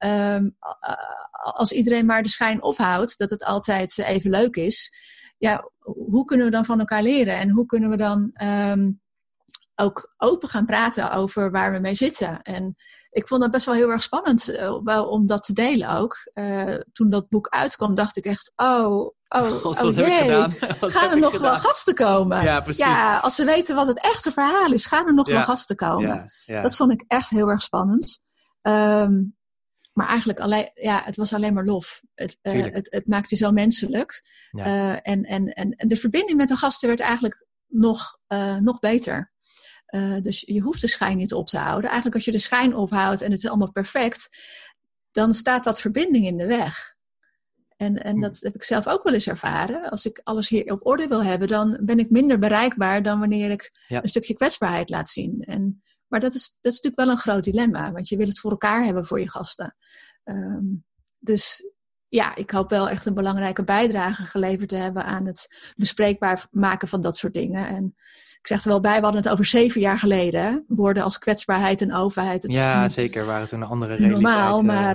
als iedereen maar de schijn ophoudt, dat het altijd even leuk is, ja, hoe kunnen we dan van elkaar leren? En hoe kunnen we dan ook open gaan praten over waar we mee zitten? En ik vond dat best wel heel erg spannend om dat te delen ook. Toen dat boek uitkwam, dacht ik echt, God, wat heb ik gedaan? Gaan er nog wel gasten komen? Ja, precies. Ja, als ze weten wat het echte verhaal is, gaan er nog wel gasten komen. Ja. Dat vond ik echt heel erg spannend. Maar eigenlijk het was alleen maar lof. Het maakte zo menselijk. Ja. En de verbinding met de gasten werd eigenlijk nog beter. Dus je hoeft de schijn niet op te houden. Eigenlijk als je de schijn ophoudt en het is allemaal perfect, dan staat dat verbinding in de weg. En dat heb ik zelf ook wel eens ervaren. Als ik alles hier op orde wil hebben, dan ben ik minder bereikbaar dan wanneer ik een stukje kwetsbaarheid laat zien. Maar dat is natuurlijk wel een groot dilemma, want je wil het voor elkaar hebben voor je gasten. Dus ja, ik hoop wel echt een belangrijke bijdrage geleverd te hebben aan het bespreekbaar maken van dat soort dingen. En ik zeg er wel bij, we hadden het over 7 jaar geleden. Woorden als kwetsbaarheid en openheid. Ja, zeker. Waren toen een andere realiteit. Normaal, maar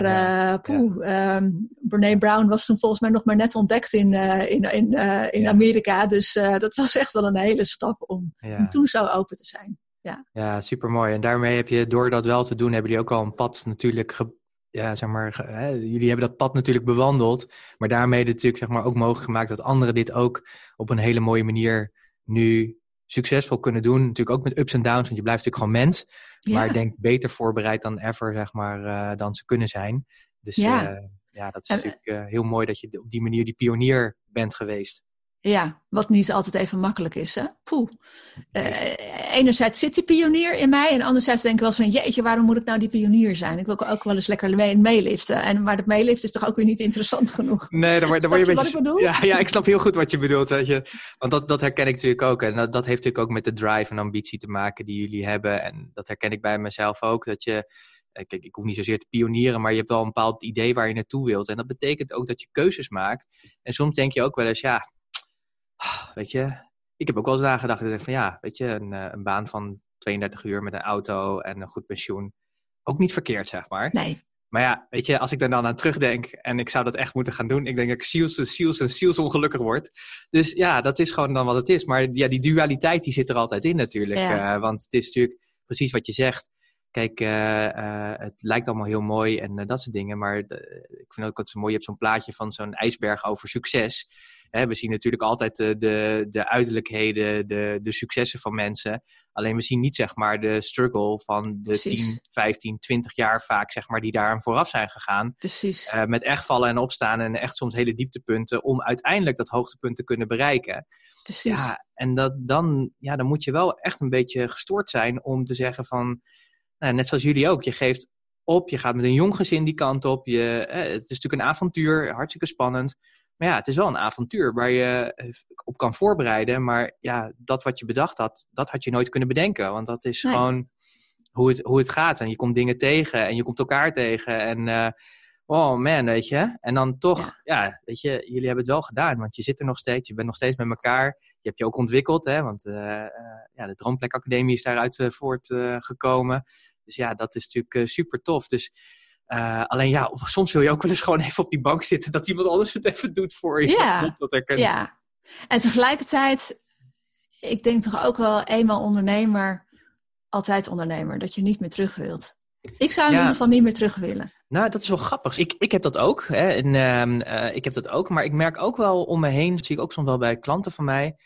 Brené Brown was toen volgens mij nog maar net ontdekt in Amerika. Dus dat was echt wel een hele stap om toen zo open te zijn. Ja, supermooi. En daarmee heb je, door dat wel te doen, hebben jullie ook al een pad natuurlijk jullie hebben dat pad natuurlijk bewandeld, maar daarmee natuurlijk zeg maar ook mogelijk gemaakt dat anderen dit ook op een hele mooie manier nu succesvol kunnen doen. Natuurlijk ook met ups en downs, want je blijft natuurlijk gewoon mens. Maar ik denk beter voorbereid dan ever, zeg maar, dan ze kunnen zijn. Dus dat is natuurlijk heel mooi dat je op die manier die pionier bent geweest. Ja, wat niet altijd even makkelijk is, hè? Poeh. Enerzijds zit die pionier in mij en anderzijds denk ik wel eens van, jeetje, waarom moet ik nou die pionier zijn? Ik wil ook wel eens lekker meeliften. Maar dat meeliften is toch ook weer niet interessant genoeg? Nee, dan word je een beetje... Wat ik bedoel? Ja, ik snap heel goed wat je bedoelt, weet je. Want dat herken ik natuurlijk ook. En dat heeft natuurlijk ook met de drive en ambitie te maken die jullie hebben. En dat herken ik bij mezelf ook, dat je... Kijk, ik hoef niet zozeer te pionieren, maar je hebt wel een bepaald idee waar je naartoe wilt. En dat betekent ook dat je keuzes maakt. En soms denk je ook wel eens, ja, weet je, ik heb ook wel eens nagedacht. Ik denk van ja, weet je, een baan van 32 uur met een auto en een goed pensioen. Ook niet verkeerd, zeg maar. Nee. Maar ja, weet je, als ik daar dan aan terugdenk en ik zou dat echt moeten gaan doen. Ik denk dat ik ziels ongelukkig word. Dus ja, dat is gewoon dan wat het is. Maar ja, die dualiteit die zit er altijd in natuurlijk. Ja. Want het is natuurlijk precies wat je zegt. Kijk, het lijkt allemaal heel mooi en dat soort dingen. Maar ik vind ook dat zo mooi. Je hebt zo'n plaatje van zo'n ijsberg over succes. We zien natuurlijk altijd de uiterlijkheden, de successen van mensen. Alleen we zien niet zeg maar de struggle van de 10, 15, 20 jaar vaak zeg maar die daaraan vooraf zijn gegaan. Precies. Met echt vallen en opstaan en echt soms hele dieptepunten om uiteindelijk dat hoogtepunt te kunnen bereiken. Precies. Ja, en dan moet je wel echt een beetje gestoord zijn om te zeggen van, nou, net zoals jullie ook, je geeft op, je gaat met een jong gezin die kant op. Het is natuurlijk een avontuur, hartstikke spannend. Maar ja, het is wel een avontuur waar je op kan voorbereiden. Maar ja, dat wat je bedacht had, dat had je nooit kunnen bedenken. Want dat is gewoon hoe het gaat. En je komt dingen tegen en je komt elkaar tegen. En oh man, weet je. En dan toch, weet je, jullie hebben het wel gedaan. Want je zit er nog steeds, je bent nog steeds met elkaar. Je hebt je ook ontwikkeld, hè. Want de Droomplek Academie is daaruit voortgekomen. Dus ja, dat is natuurlijk super tof. Dus alleen ja, soms wil je ook wel eens gewoon even op die bank zitten, dat iemand anders het even doet voor je. Ja. En tegelijkertijd, ik denk toch ook wel eenmaal ondernemer, altijd ondernemer. Dat je niet meer terug wilt. Ik zou in ieder geval niet meer terug willen. Nou, dat is wel grappig. Ik heb dat ook. Hè. Ik heb dat ook. Maar ik merk ook wel om me heen, dat zie ik ook soms wel bij klanten van mij,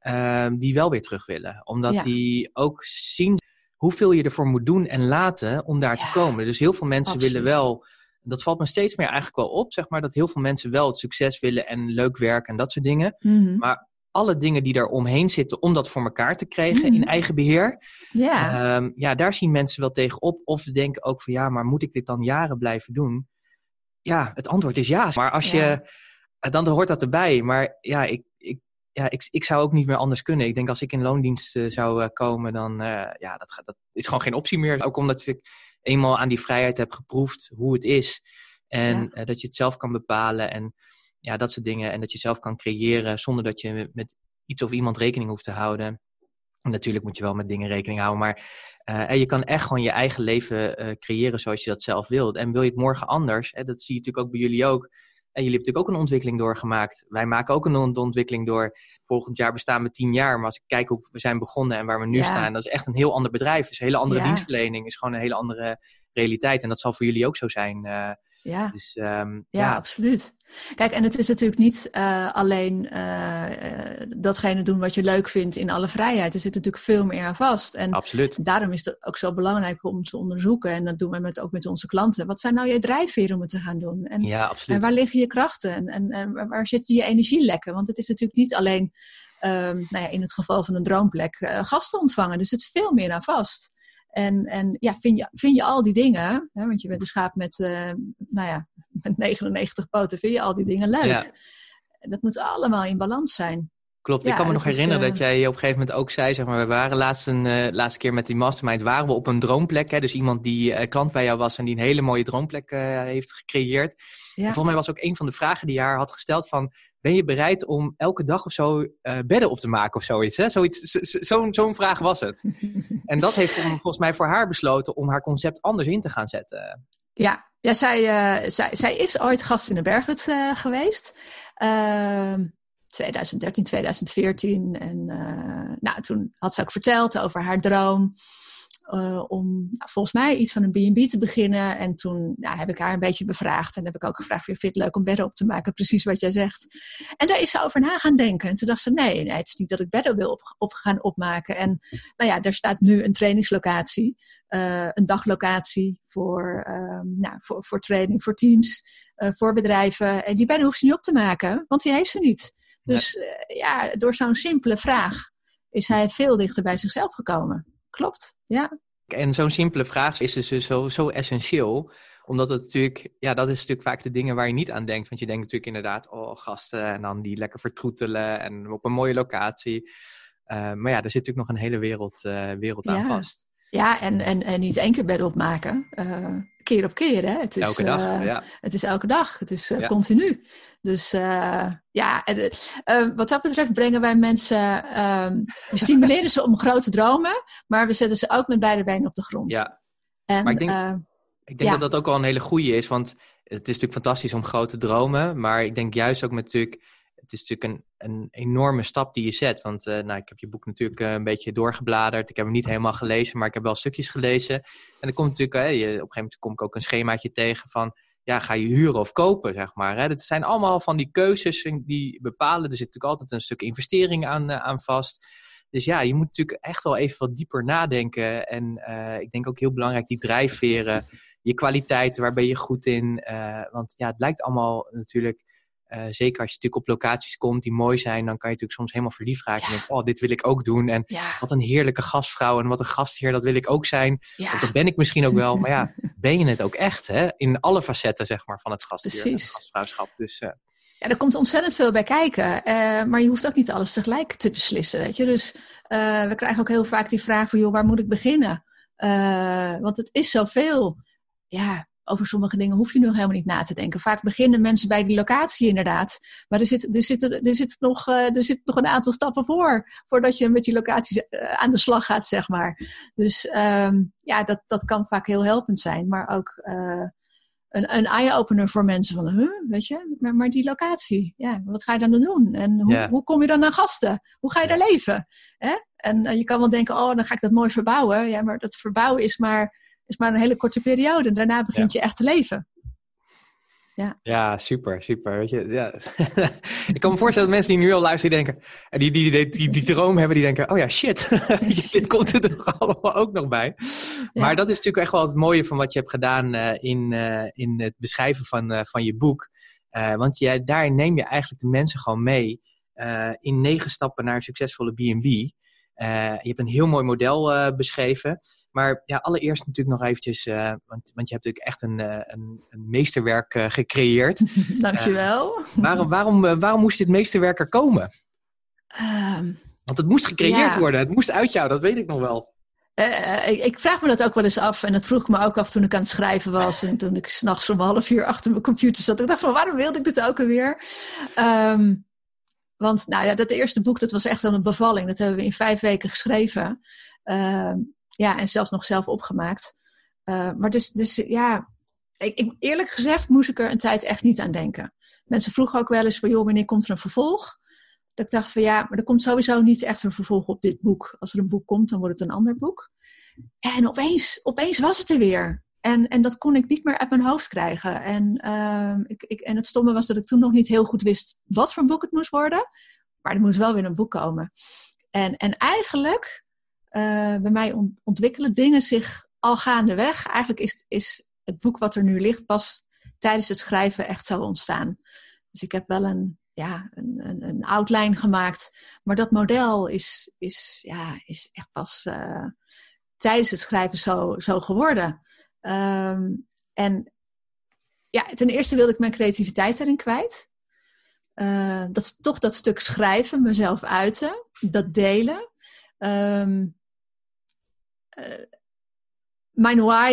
die wel weer terug willen. Omdat die ook zien hoeveel je ervoor moet doen en laten om daar te komen. Dus heel veel mensen willen wel, dat valt me steeds meer eigenlijk wel op, zeg maar, dat heel veel mensen wel het succes willen en leuk werk en dat soort dingen. Mm-hmm. Maar alle dingen die daar omheen zitten om dat voor elkaar te krijgen in eigen beheer, daar zien mensen wel tegenop. Of ze denken ook van maar moet ik dit dan jaren blijven doen? Ja, het antwoord is ja. Maar als je, dan hoort dat erbij. Maar ik zou ook niet meer anders kunnen. Ik denk als ik in loondienst zou komen, dan dat is gewoon geen optie meer. Ook omdat ik eenmaal aan die vrijheid heb geproefd hoe het is. En dat je het zelf kan bepalen en dat soort dingen. En dat je zelf kan creëren zonder dat je met iets of iemand rekening hoeft te houden. En natuurlijk moet je wel met dingen rekening houden. Maar je kan echt gewoon je eigen leven creëren zoals je dat zelf wilt. En wil je het morgen anders, dat zie je natuurlijk ook bij jullie ook. En jullie hebben natuurlijk ook een ontwikkeling doorgemaakt. Wij maken ook een ontwikkeling door. Volgend jaar bestaan we 10 jaar. Maar als ik kijk hoe we zijn begonnen en waar we nu staan, dat is echt een heel ander bedrijf. Het is een hele andere dienstverlening. Is gewoon een hele andere realiteit. En dat zal voor jullie ook zo zijn. Dus, absoluut. Kijk, en het is natuurlijk niet alleen datgene doen wat je leuk vindt in alle vrijheid. Er zit natuurlijk veel meer aan vast. En absoluut. Daarom is het ook zo belangrijk om te onderzoeken. En dat doen we ook met onze klanten. Wat zijn nou je drijfveren om het te gaan doen? En, absoluut. En waar liggen je krachten? En waar zitten je energielekken? Want het is natuurlijk niet alleen, in het geval van een droomplek, gasten ontvangen. Dus het is veel meer aan vast. En vind je al die dingen, hè, want je bent een schaap met 99 poten, vind je al die dingen leuk. Ja. Dat moet allemaal in balans zijn. Klopt, ik kan me nog herinneren dat jij op een gegeven moment ook zei, zeg maar, we waren laatste keer met die mastermind, waren we op een droomplek. Hè, dus iemand die klant bij jou was en die een hele mooie droomplek heeft gecreëerd. Ja. En volgens mij was ook een van de vragen die je haar had gesteld van, ben je bereid om elke dag of zo bedden op te maken of zoiets? Hè? Zo'n vraag was het. En dat heeft volgens mij voor haar besloten om haar concept anders in te gaan zetten. Ja, zij is ooit gast in de Berghut geweest. 2013, 2014. En toen had ze ook verteld over haar droom om volgens mij iets van een B&B te beginnen. En toen heb ik haar een beetje bevraagd. En heb ik ook gevraagd, vind je het leuk om bedden op te maken? Precies wat jij zegt. En daar is ze over na gaan denken. En toen dacht ze, nee, het is niet dat ik bedden wil gaan opmaken. En daar staat nu een trainingslocatie. Een daglocatie voor training, voor teams, voor bedrijven. En die bedden hoeft ze niet op te maken, want die heeft ze niet. Dus door zo'n simpele vraag is hij veel dichter bij zichzelf gekomen. Klopt, ja. En zo'n simpele vraag is dus zo essentieel. Omdat het natuurlijk, dat is natuurlijk vaak de dingen waar je niet aan denkt. Want je denkt natuurlijk inderdaad, gasten en dan die lekker vertroetelen en op een mooie locatie. Maar er zit natuurlijk nog een hele wereld aan vast. Ja, en niet één keer bed opmaken. Keer op keer, hè. Het is, elke dag, Het is elke dag. Het is continu. Dus wat dat betreft brengen wij mensen... we stimuleren ze om grote dromen, maar we zetten ze ook met beide benen op de grond. Ja, en, maar ik denk dat dat ook wel een hele goeie is, want het is natuurlijk fantastisch om grote dromen, maar ik denk juist ook het is natuurlijk een enorme stap die je zet. Want ik heb je boek natuurlijk een beetje doorgebladerd. Ik heb hem niet helemaal gelezen, maar ik heb wel stukjes gelezen. En dan komt natuurlijk, op een gegeven moment kom ik ook een schemaatje tegen van, ga je huren of kopen, zeg maar. Hè? Dat zijn allemaal van die keuzes die bepalen. Er zit natuurlijk altijd een stuk investering aan vast. Dus je moet natuurlijk echt wel even wat dieper nadenken. En ik denk ook heel belangrijk die drijfveren, je kwaliteiten, waar ben je goed in? Want het lijkt allemaal natuurlijk... zeker als je natuurlijk op locaties komt die mooi zijn, dan kan je natuurlijk soms helemaal verliefd raken. En denken, dit wil ik ook doen. En wat een heerlijke gastvrouw en wat een gastheer, dat wil ik ook zijn. Of dat ben ik misschien ook wel. Maar ben je het ook echt? Hè? In alle facetten, zeg maar, van het gastheer en het gastvrouwschap. Dus, er komt ontzettend veel bij kijken. Maar je hoeft ook niet alles tegelijk te beslissen. Weet je? Dus we krijgen ook heel vaak die vraag van, waar moet ik beginnen? Want het is zoveel. Over sommige dingen hoef je nu helemaal niet na te denken. Vaak beginnen mensen bij die locatie inderdaad. Maar er zit nog een aantal stappen voordat je met die locaties aan de slag gaat, zeg maar. Dus dat kan vaak heel helpend zijn. Maar ook een eye-opener voor mensen. Van, weet je, maar die locatie, wat ga je dan doen? En hoe kom je dan naar gasten? Hoe ga je daar leven? En je kan wel denken, dan ga ik dat mooi verbouwen. Ja, maar dat verbouwen is maar een hele korte periode. Daarna begint je echt te leven. Ja, super. Weet je, ik kan me voorstellen dat mensen die nu al luisteren, die denken, en die droom hebben, die denken, shit, dit komt er toch allemaal ook nog bij. Maar dat is natuurlijk echt wel het mooie van wat je hebt gedaan in het beschrijven van je boek. Want daar neem je eigenlijk de mensen gewoon mee in 9 stappen naar een succesvolle B&B. Je hebt een heel mooi model beschreven. Maar allereerst natuurlijk nog eventjes, want je hebt natuurlijk echt een meesterwerk gecreëerd. Dankjewel. Waarom moest dit meesterwerk er komen? Want het moest gecreëerd worden, het moest uit jou, dat weet ik nog wel. Ik vraag me dat ook wel eens af. En dat vroeg ik me ook af toen ik aan het schrijven was. En toen ik 's nachts om 1:30 achter mijn computer zat. Ik dacht van, waarom wilde ik dit ook alweer? Want dat eerste boek, dat was echt wel een bevalling. Dat hebben we in 5 weken geschreven. En zelfs nog zelf opgemaakt. Maar ik, eerlijk gezegd moest ik er een tijd echt niet aan denken. Mensen vroegen ook wel eens van, wanneer komt er een vervolg? Dat ik dacht van, maar er komt sowieso niet echt een vervolg op dit boek. Als er een boek komt, dan wordt het een ander boek. En opeens was het er weer. En dat kon ik niet meer uit mijn hoofd krijgen. En het stomme was dat ik toen nog niet heel goed wist wat voor boek het moest worden. Maar er moest wel weer een boek komen. En eigenlijk... bij mij ontwikkelen dingen zich al gaandeweg. Eigenlijk is het boek wat er nu ligt pas tijdens het schrijven echt zo ontstaan. Dus ik heb wel een outline gemaakt. Maar dat model is echt pas tijdens het schrijven zo geworden. Ten eerste wilde ik mijn creativiteit erin kwijt. Dat is toch dat stuk schrijven, mezelf uiten, dat delen. Mijn why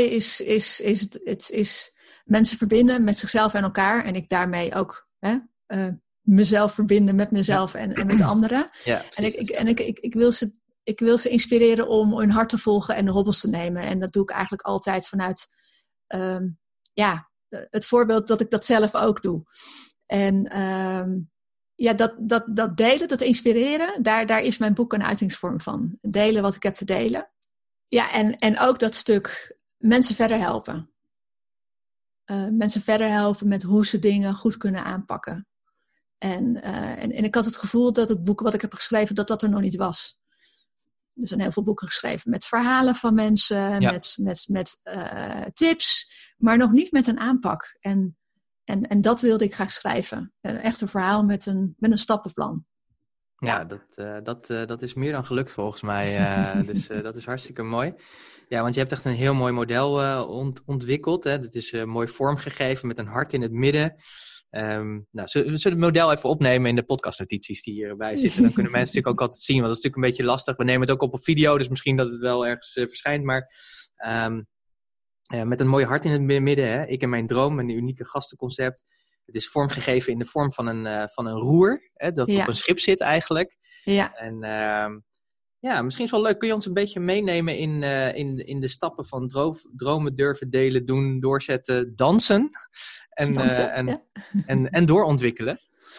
is mensen verbinden met zichzelf en elkaar. En ik daarmee ook mezelf verbinden met mezelf en met anderen. Ja, en ik wil ze inspireren om hun hart te volgen en de hobbels te nemen. En dat doe ik eigenlijk altijd vanuit het voorbeeld dat ik dat zelf ook doe. En dat delen, dat inspireren, daar is mijn boek een uitingsvorm van. Delen wat ik heb te delen. Ja, en ook dat stuk mensen verder helpen. Mensen verder helpen met hoe ze dingen goed kunnen aanpakken. En ik had het gevoel dat het boek wat ik heb geschreven, dat er nog niet was. Er zijn heel veel boeken geschreven met verhalen van mensen, met tips, maar nog niet met een aanpak. En En dat wilde ik graag schrijven. Echt een verhaal met een stappenplan. Ja, dat is meer dan gelukt volgens mij. Dus dat is hartstikke mooi. Ja, want je hebt echt een heel mooi model ontwikkeld. Hè? Dat is mooi vormgegeven met een hart in het midden. We zullen het model even opnemen in de podcastnotities die hierbij zitten. Dan kunnen mensen natuurlijk ook altijd zien, want dat is natuurlijk een beetje lastig. We nemen het ook op video, dus misschien dat het wel ergens verschijnt. Maar met een mooi hart in het midden. Hè? Ik en mijn droom, een unieke gastenconcept. Het is vormgegeven in de vorm van een roer, hè, dat op een schip zit eigenlijk. Ja. En misschien is het wel leuk. Kun je ons een beetje meenemen in de stappen van dromen, durven, delen, doen, doorzetten, dansen en doorontwikkelen?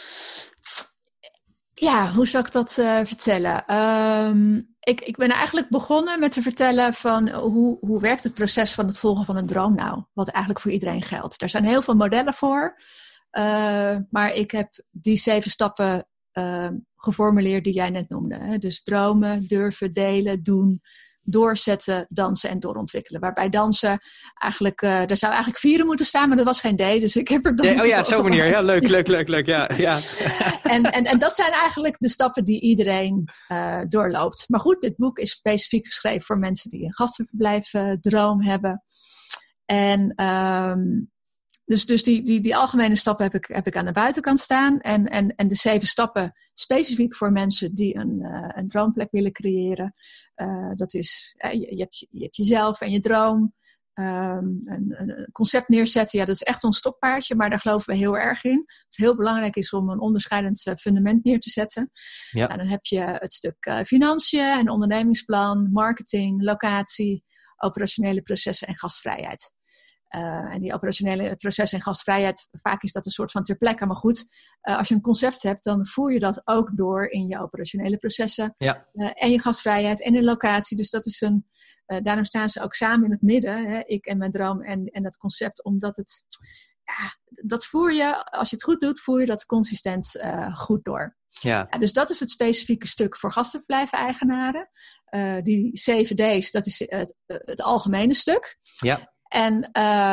Ja, hoe zou ik dat vertellen? Ik ben eigenlijk begonnen met te vertellen van hoe werkt het proces van het volgen van een droom nou? Wat eigenlijk voor iedereen geldt. Er zijn heel veel modellen voor. Maar ik heb die 7 stappen geformuleerd die jij net noemde. Hè? Dus dromen, durven, delen, doen, doorzetten, dansen en doorontwikkelen. Waarbij dansen eigenlijk, daar zou eigenlijk 4 moeten staan, maar dat was geen D. Dus ik heb er dansen zo'n manier. Ja, leuk. Ja. En dat zijn eigenlijk de stappen die iedereen doorloopt. Maar goed, dit boek is specifiek geschreven voor mensen die een gastenverblijf droom hebben. En Dus die algemene stappen heb ik aan de buitenkant staan. En de 7 stappen specifiek voor mensen die een droomplek willen creëren. Dat is, je hebt jezelf en je droom. Een concept neerzetten, dat is echt ons stokpaardje. Maar daar geloven we heel erg in. Het heel belangrijk is om een onderscheidend fundament neer te zetten. Ja. Dan heb je het stuk financiën, een ondernemingsplan, marketing, locatie, operationele processen en gastvrijheid. En die operationele processen en gastvrijheid, vaak is dat een soort van ter plekke. Maar goed, als je een concept hebt, dan voer je dat ook door in je operationele processen. Ja. En je gastvrijheid en de locatie. Dus dat is daarom staan ze ook samen in het midden. Hè? Ik en mijn droom en dat concept. Omdat het, dat voer je, als je het goed doet, voer je dat consistent goed door. Ja. Dus dat is het specifieke stuk voor gastenverblijf-eigenaren. Die 7 D's, dat is het algemene stuk. Ja. En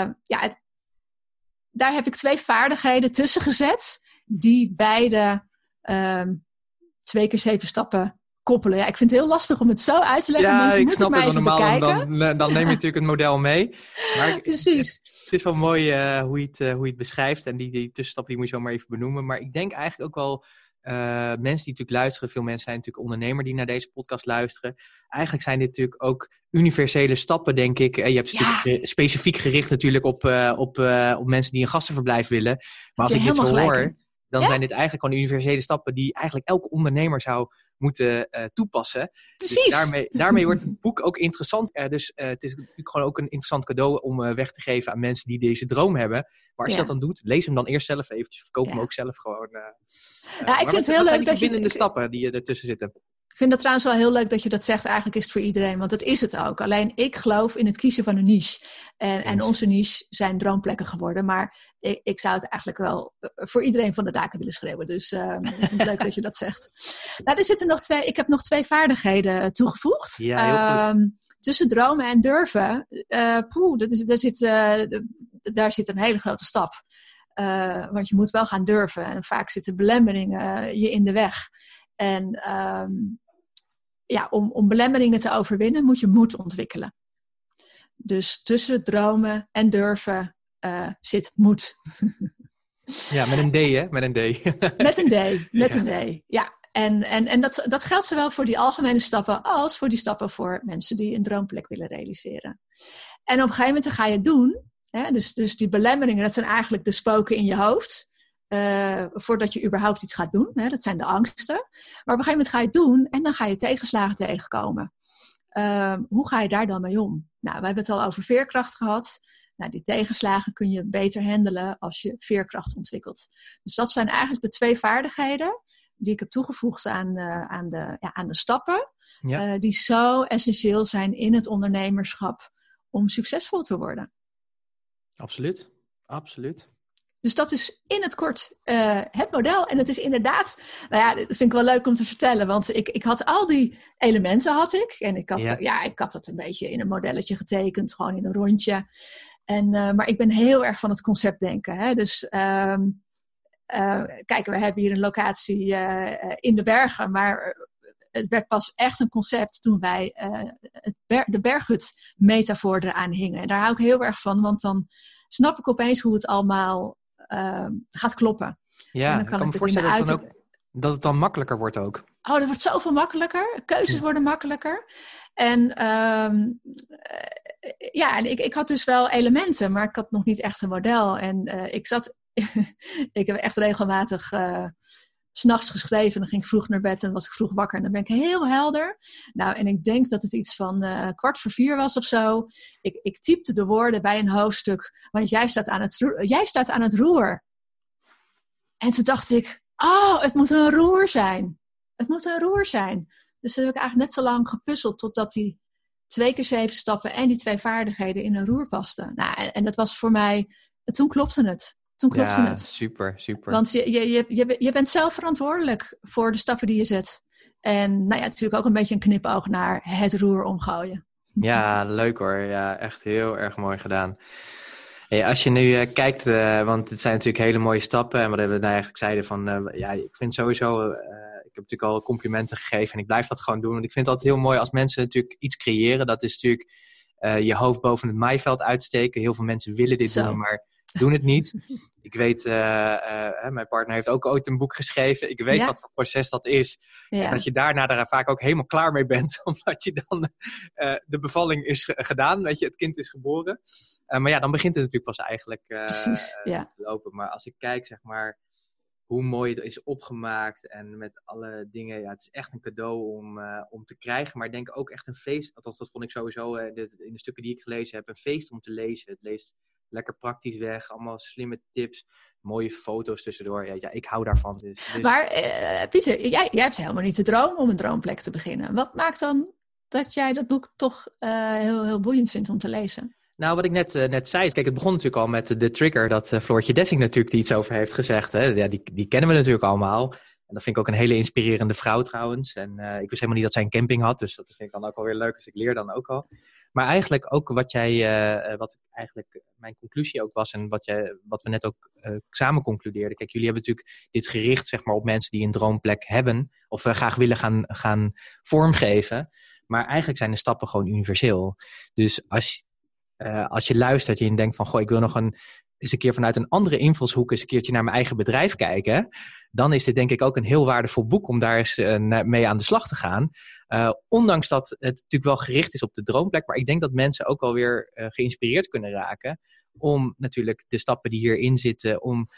daar heb ik 2 vaardigheden tussen gezet, die beide 2 keer 7 stappen koppelen. Ja, ik vind het heel lastig om het zo uit te leggen. Mensen ik snap het wel normaal. Dan neem je natuurlijk het model mee. Maar precies. Het is wel mooi hoe je het beschrijft. En die tussenstappen die moet je zo maar even benoemen. Maar ik denk eigenlijk ook wel mensen die natuurlijk luisteren. Veel mensen zijn natuurlijk ondernemer die naar deze podcast luisteren. Eigenlijk zijn dit natuurlijk ook universele stappen, denk ik. Je hebt ze natuurlijk specifiek gericht natuurlijk op mensen die een gastenverblijf willen. Maar als ik dit zo hoor, dan zijn dit eigenlijk gewoon universele stappen die eigenlijk elke ondernemer zou moeten toepassen. Precies. Dus daarmee wordt het boek ook interessant. Dus het is natuurlijk gewoon ook een interessant cadeau om weg te geven aan mensen die deze droom hebben. Maar als je dat dan doet, lees hem dan eerst zelf eventjes. Verkoop hem ook zelf gewoon. Ik vind het heel leuk dat je... verbindende stappen die ertussen zitten. Ik vind dat trouwens wel heel leuk dat je dat zegt. Eigenlijk is het voor iedereen, want dat is het ook. Alleen ik geloof in het kiezen van een niche. En onze niche zijn droomplekken geworden. Maar ik zou het eigenlijk wel voor iedereen van de daken willen schreeuwen. Dus ik vind het leuk dat je dat zegt. Nou, er zitten nog 2. Ik heb nog 2 vaardigheden toegevoegd. Ja, heel goed. Tussen dromen en durven. Daar zit een hele grote stap. Want je moet wel gaan durven. En vaak zitten belemmeringen je in de weg. En om belemmeringen te overwinnen moet je moed ontwikkelen. Dus tussen dromen en durven zit moed. Ja, met een D, hè? Met een D. Met een D, ja. En dat geldt zowel voor die algemene stappen als voor die stappen voor mensen die een droomplek willen realiseren. En op een gegeven moment ga je het doen. Hè? Dus die belemmeringen, dat zijn eigenlijk de spoken in je hoofd. Voordat je überhaupt iets gaat doen. Hè? Dat zijn de angsten. Maar op een gegeven moment ga je het doen en dan ga je tegenslagen tegenkomen. Hoe ga je daar dan mee om? Nou, we hebben het al over veerkracht gehad. Nou, die tegenslagen kun je beter handelen als je veerkracht ontwikkelt. Dus dat zijn eigenlijk de 2 vaardigheden die ik heb toegevoegd aan de stappen. Ja. Die zo essentieel zijn in het ondernemerschap om succesvol te worden. Absoluut, absoluut. Dus dat is in het kort het model. En het is inderdaad, dat vind ik wel leuk om te vertellen. Want ik had al die elementen, En ik had het een beetje in een modelletje getekend. Gewoon in een rondje. Maar ik ben heel erg van het conceptdenken. Hè? Dus kijk, we hebben hier een locatie in de bergen, maar het werd pas echt een concept toen wij de berghut-metafoor eraan hingen. En daar hou ik heel erg van, want dan snap ik opeens hoe het allemaal gaat kloppen. Ja, dan ik kan me voorstellen dat het dan makkelijker wordt ook. Oh, dat wordt zoveel makkelijker. Keuzes worden makkelijker. En en ik had dus wel elementen, maar ik had nog niet echt een model. En ik heb echt regelmatig 's nachts geschreven. En dan ging ik vroeg naar bed en was ik vroeg wakker. En dan ben ik heel helder. Nou, en ik denk dat het iets van 3:15 was of zo. Ik typte de woorden bij een hoofdstuk. Want jij staat aan het roer. En toen dacht ik, het moet een roer zijn. Het moet een roer zijn. Dus toen heb ik eigenlijk net zo lang gepuzzeld totdat die 2 keer 7 stappen en die 2 vaardigheden in een roer pasten. Nou, en dat was voor mij, toen klopte het. Super, super. Want je bent zelf verantwoordelijk voor de stappen die je zet. En natuurlijk ook een beetje een knipoog naar het roer omgooien. Ja, leuk hoor. Ja, echt heel erg mooi gedaan. Hey, als je nu kijkt, want het zijn natuurlijk hele mooie stappen. En wat we nou eigenlijk zeiden van, ik vind sowieso, ik heb natuurlijk al complimenten gegeven en ik blijf dat gewoon doen. Want ik vind het altijd heel mooi als mensen natuurlijk iets creëren. Dat is natuurlijk je hoofd boven het maaiveld uitsteken. Heel veel mensen willen dit doen, maar doen het niet. Ik weet, mijn partner heeft ook ooit een boek geschreven. Ik weet wat voor proces dat is. Ja. En dat je daarna daar vaak ook helemaal klaar mee bent. Omdat je dan de bevalling is gedaan. Weet je, het kind is geboren. Maar ja, dan begint het natuurlijk pas eigenlijk te lopen. Maar als ik kijk, zeg maar, hoe mooi het is opgemaakt. En met alle dingen. Ja, het is echt een cadeau om te krijgen. Maar ik denk ook echt een feest. Althans, dat vond ik sowieso in de stukken die ik gelezen heb. Een feest om te lezen. Het leest lekker praktisch weg, allemaal slimme tips, mooie foto's tussendoor. Ja, ik hou daarvan. Dus... Maar Pieter, jij hebt helemaal niet de droom om een droomplek te beginnen. Wat maakt dan dat jij dat boek toch heel, heel boeiend vindt om te lezen? Nou, wat ik net zei, kijk, het begon natuurlijk al met de trigger dat Floortje Dessing natuurlijk er iets over heeft gezegd. Hè? Ja, die kennen we natuurlijk allemaal. En dat vind ik ook een hele inspirerende vrouw trouwens. En ik wist helemaal niet dat zij een camping had, dus dat vind ik dan ook alweer leuk. Dus ik leer dan ook al. Maar eigenlijk ook wat eigenlijk mijn conclusie ook was en wat we net ook samen concludeerden. Kijk, jullie hebben natuurlijk dit gericht, zeg maar, op mensen die een droomplek hebben of graag willen gaan vormgeven. Maar eigenlijk zijn de stappen gewoon universeel. Dus als je luistert en je denkt van, goh, ik wil nog eens een keer vanuit een andere invalshoek eens een keertje naar mijn eigen bedrijf kijken, dan is dit denk ik ook een heel waardevol boek om daar eens mee aan de slag te gaan. Ondanks dat het natuurlijk wel gericht is op de droomplek, maar ik denk dat mensen ook wel weer geïnspireerd kunnen raken om natuurlijk de stappen die hierin zitten, om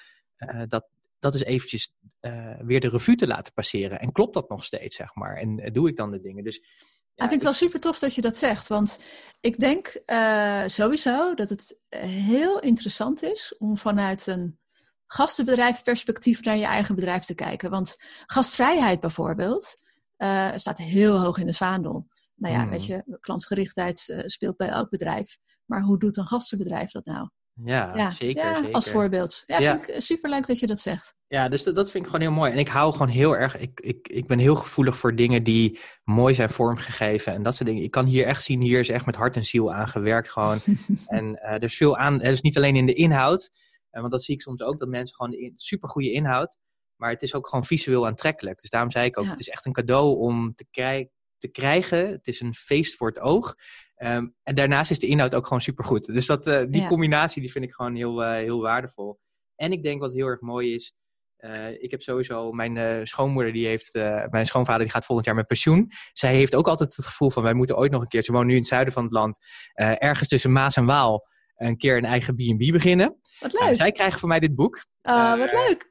dat is eventjes weer de revue te laten passeren. En klopt dat nog steeds, zeg maar? En doe ik dan de dingen? Dus ja, vind ik wel super tof dat je dat zegt. Want ik denk sowieso dat het heel interessant is om vanuit een gastenbedrijf perspectief naar je eigen bedrijf te kijken. Want gastvrijheid bijvoorbeeld staat heel hoog in het vaandel. Nou ja, weet je, klantgerichtheid speelt bij elk bedrijf. Maar hoe doet een gastenbedrijf dat nou? Ja, zeker. Als voorbeeld. Ja, vind ik superleuk dat je dat zegt. Ja, dus dat vind ik gewoon heel mooi. En ik hou gewoon heel erg... Ik ben heel gevoelig voor dingen die mooi zijn vormgegeven. En dat soort dingen. Ik kan hier echt zien, hier is echt met hart en ziel aan gewerkt gewoon. En er is veel aan... Het is niet alleen in de inhoud. Want dat zie ik soms ook, dat mensen gewoon supergoeie inhoud. Maar het is ook gewoon visueel aantrekkelijk. Dus daarom zei ik ook, het is echt een cadeau om te krijgen. Het is een feest voor het oog. En daarnaast is de inhoud ook gewoon supergoed. Dus die combinatie die vind ik gewoon heel waardevol. En ik denk wat heel erg mooi is. Ik heb sowieso mijn schoonmoeder, mijn schoonvader die gaat volgend jaar met pensioen. Zij heeft ook altijd het gevoel van wij moeten ooit nog een keer, ze woont nu in het zuiden van het land, ergens tussen Maas en Waal een keer een eigen B&B beginnen. Wat leuk. Zij krijgen van mij dit boek. Wat leuk.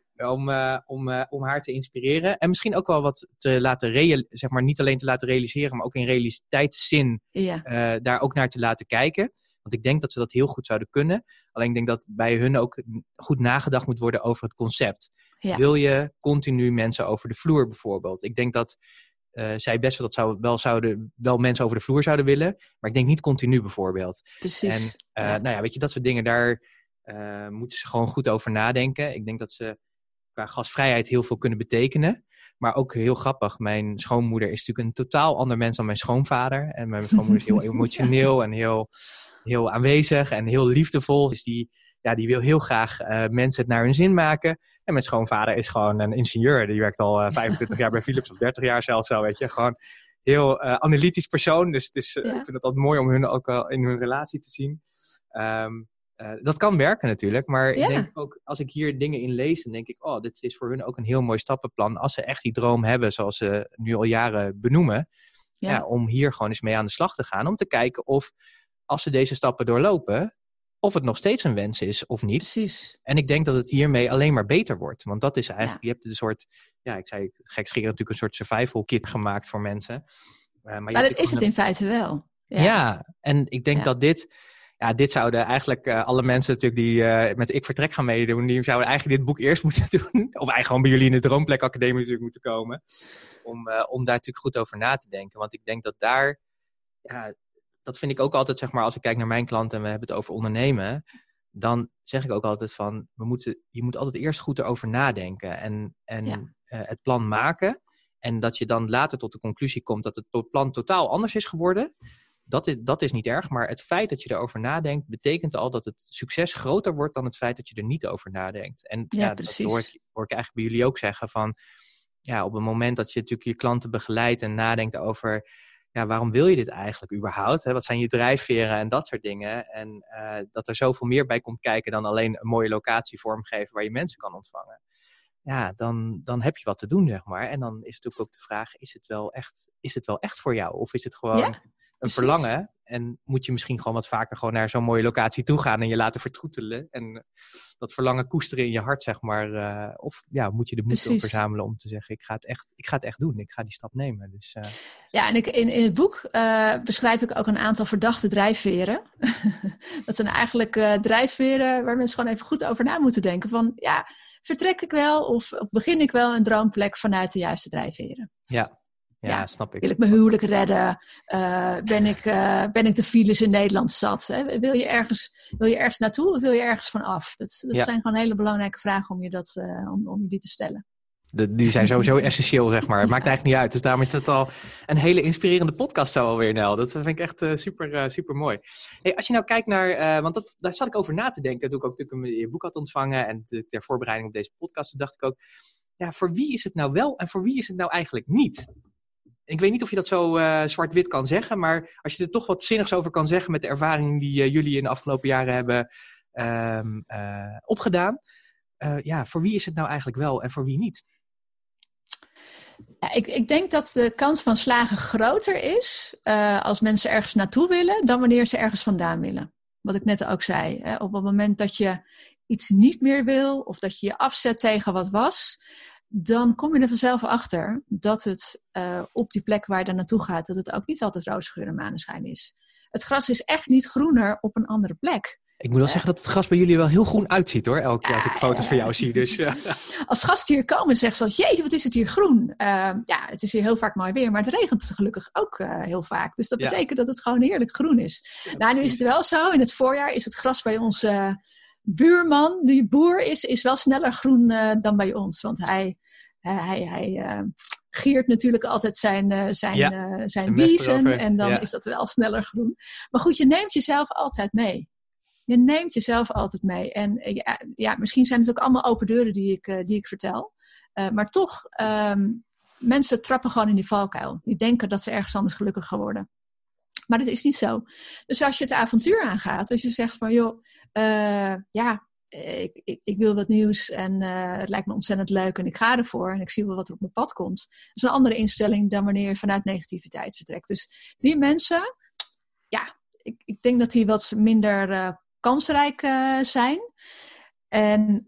Om haar te inspireren. En misschien ook wel wat te laten zeg maar niet alleen te laten realiseren, maar ook in realiteitszin daar ook naar te laten kijken. Want ik denk dat ze dat heel goed zouden kunnen. Alleen ik denk dat bij hun ook goed nagedacht moet worden over het concept. Ja. Wil je continu mensen over de vloer bijvoorbeeld? Ik denk dat zij best wel mensen over de vloer zouden willen. Maar ik denk niet continu bijvoorbeeld. Precies. En nou ja, weet je, dat soort dingen, daar moeten ze gewoon goed over nadenken. Ik denk dat ze qua gastvrijheid heel veel kunnen betekenen. Maar ook heel grappig, mijn schoonmoeder is natuurlijk een totaal ander mens dan mijn schoonvader. En mijn schoonmoeder is heel emotioneel en heel heel aanwezig en heel liefdevol. Dus die wil heel graag mensen het naar hun zin maken. En mijn schoonvader is gewoon een ingenieur. Die werkt al 25 jaar bij Philips of 30 jaar zelfs zo, weet je. Gewoon heel analytisch persoon. Dus ik vind het altijd mooi om hun ook in hun relatie te zien. Dat kan werken natuurlijk. Maar ik denk ook, als ik hier dingen in lees, dan denk ik, dit is voor hun ook een heel mooi stappenplan. Als ze echt die droom hebben, zoals ze nu al jaren benoemen. Ja, om hier gewoon eens mee aan de slag te gaan. Om te kijken of, als ze deze stappen doorlopen, of het nog steeds een wens is of niet. Precies. En ik denk dat het hiermee alleen maar beter wordt. Want dat is eigenlijk, je hebt een soort, ik zei gekscherend natuurlijk een soort survival kit gemaakt voor mensen. Maar dat is het in feite wel. Ja, en ik denk dat dit zouden eigenlijk alle mensen natuurlijk die met Ik Vertrek gaan meedoen, die zouden eigenlijk dit boek eerst moeten doen. Of eigenlijk gewoon bij jullie in de Droomplek Academie natuurlijk moeten komen. Om daar natuurlijk goed over na te denken. Want ik denk dat daar, dat vind ik ook altijd, zeg maar, als ik kijk naar mijn klanten en we hebben het over ondernemen, dan zeg ik ook altijd van, je moet altijd eerst goed erover nadenken en het plan maken. En dat je dan later tot de conclusie komt dat het plan totaal anders is geworden. Dat is niet erg, maar het feit dat je erover nadenkt, betekent al dat het succes groter wordt dan het feit dat je er niet over nadenkt. En dat hoor ik eigenlijk bij jullie ook zeggen van, op het moment dat je natuurlijk je klanten begeleidt en nadenkt over, waarom wil je dit eigenlijk überhaupt? Hè? Wat zijn je drijfveren en dat soort dingen? En dat er zoveel meer bij komt kijken dan alleen een mooie locatie vormgeven waar je mensen kan ontvangen. Ja, dan heb je wat te doen, zeg maar. En dan is natuurlijk ook de vraag, is het wel echt voor jou? Of is het gewoon een verlangen? En moet je misschien gewoon wat vaker gewoon naar zo'n mooie locatie toe gaan en je laten vertroetelen en dat verlangen koesteren in je hart, zeg maar. Of moet je de moed op verzamelen om te zeggen, ik ga het echt doen. Ik ga die stap nemen. Dus, Ja, en in het boek beschrijf ik ook een aantal verdachte drijfveren. Dat zijn eigenlijk drijfveren waar mensen gewoon even goed over na moeten denken. Van, vertrek ik wel of begin ik wel een droomplek vanuit de juiste drijfveren? Ja, snap ik. Wil ik mijn huwelijk redden? Ben ik de files in Nederland zat? Hè? Wil je ergens naartoe of wil je ergens van af? Dat zijn gewoon hele belangrijke vragen om je die te stellen. Die zijn sowieso essentieel, zeg maar. Het maakt eigenlijk niet uit. Dus daarom is het al een hele inspirerende podcast zo alweer, Nel. Dat vind ik echt super mooi. Hey, als je nou kijkt naar, want daar zat ik over na te denken, toen ik ook natuurlijk je boek had ontvangen en ter voorbereiding op deze podcast, toen dacht ik ook, voor wie is het nou wel en voor wie is het nou eigenlijk niet? Ik weet niet of je dat zo zwart-wit kan zeggen, maar als je er toch wat zinnigs over kan zeggen met de ervaring die jullie in de afgelopen jaren hebben opgedaan. Voor wie is het nou eigenlijk wel en voor wie niet? Ja, ik denk dat de kans van slagen groter is als mensen ergens naartoe willen dan wanneer ze ergens vandaan willen. Wat ik net ook zei. Hè? Op het moment dat je iets niet meer wil of dat je je afzet tegen wat was, dan kom je er vanzelf achter dat het op die plek waar je dan naartoe gaat, dat het ook niet altijd roze geur en maneschijn is. Het gras is echt niet groener op een andere plek. Ik moet wel zeggen dat het gras bij jullie wel heel groen uitziet, hoor. Elke keer als ik foto's van jou zie. Dus, Als gasten hier komen, zeggen ze, jeetje, wat is het hier groen. Het is hier heel vaak mooi weer, maar het regent gelukkig ook heel vaak. Dus dat betekent dat het gewoon heerlijk groen is. Nu is het wel zo, in het voorjaar is het gras bij onze buurman, die boer is wel sneller groen dan bij ons. Want hij giert natuurlijk altijd zijn biezen en dan is dat wel sneller groen. Maar goed, je neemt jezelf altijd mee. En misschien zijn het ook allemaal open deuren die ik vertel. Maar toch, mensen trappen gewoon in die valkuil. Die denken dat ze ergens anders gelukkig gaan worden. Maar dat is niet zo. Dus als je het avontuur aangaat, als je zegt van ik wil wat nieuws en het lijkt me ontzettend leuk en ik ga ervoor en ik zie wel wat er op mijn pad komt. Dat is een andere instelling dan wanneer je vanuit negativiteit vertrekt. Dus die mensen, ik denk dat die wat minder kansrijk zijn. En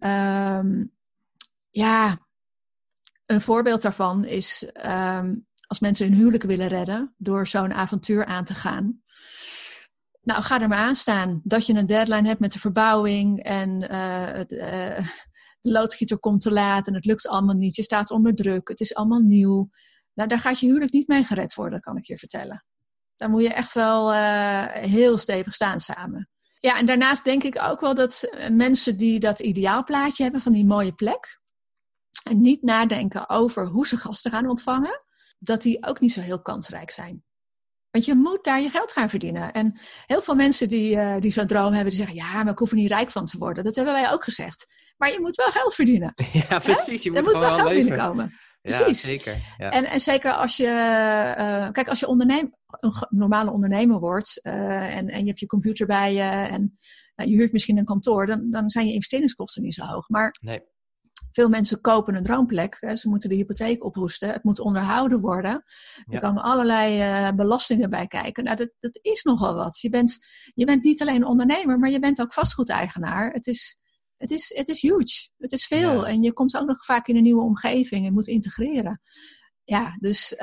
een voorbeeld daarvan is als mensen hun huwelijk willen redden door zo'n avontuur aan te gaan. Nou, ga er maar aan staan dat je een deadline hebt met de verbouwing en de loodgieter komt te laat en het lukt allemaal niet. Je staat onder druk, het is allemaal nieuw. Nou, daar gaat je huwelijk niet mee gered worden, kan ik je vertellen. Daar moet je echt wel heel stevig staan samen. Ja, en daarnaast denk ik ook wel dat mensen die dat ideaalplaatje hebben van die mooie plek en niet nadenken over hoe ze gasten gaan ontvangen, dat die ook niet zo heel kansrijk zijn. Want je moet daar je geld gaan verdienen. En heel veel mensen die zo'n droom hebben, die zeggen, ja, maar ik hoef er niet rijk van te worden. Dat hebben wij ook gezegd. Maar je moet wel geld verdienen. Ja, precies. Je moet er moet wel geld leven. binnenkomen. Precies. Ja, zeker. Ja. En zeker als je, kijk, als je een normale ondernemer wordt en je hebt je computer bij je en je huurt misschien een kantoor, dan zijn je investeringskosten niet zo hoog. Maar nee. Veel mensen kopen een droomplek. Ze moeten de hypotheek ophoesten. Het moet onderhouden worden. Er komen allerlei belastingen bij kijken. Nou, dat is nogal wat. Je bent niet alleen ondernemer, maar je bent ook vastgoedeigenaar. Het is huge. Het is veel. Ja. En je komt ook nog vaak in een nieuwe omgeving en moet integreren. Ja, dus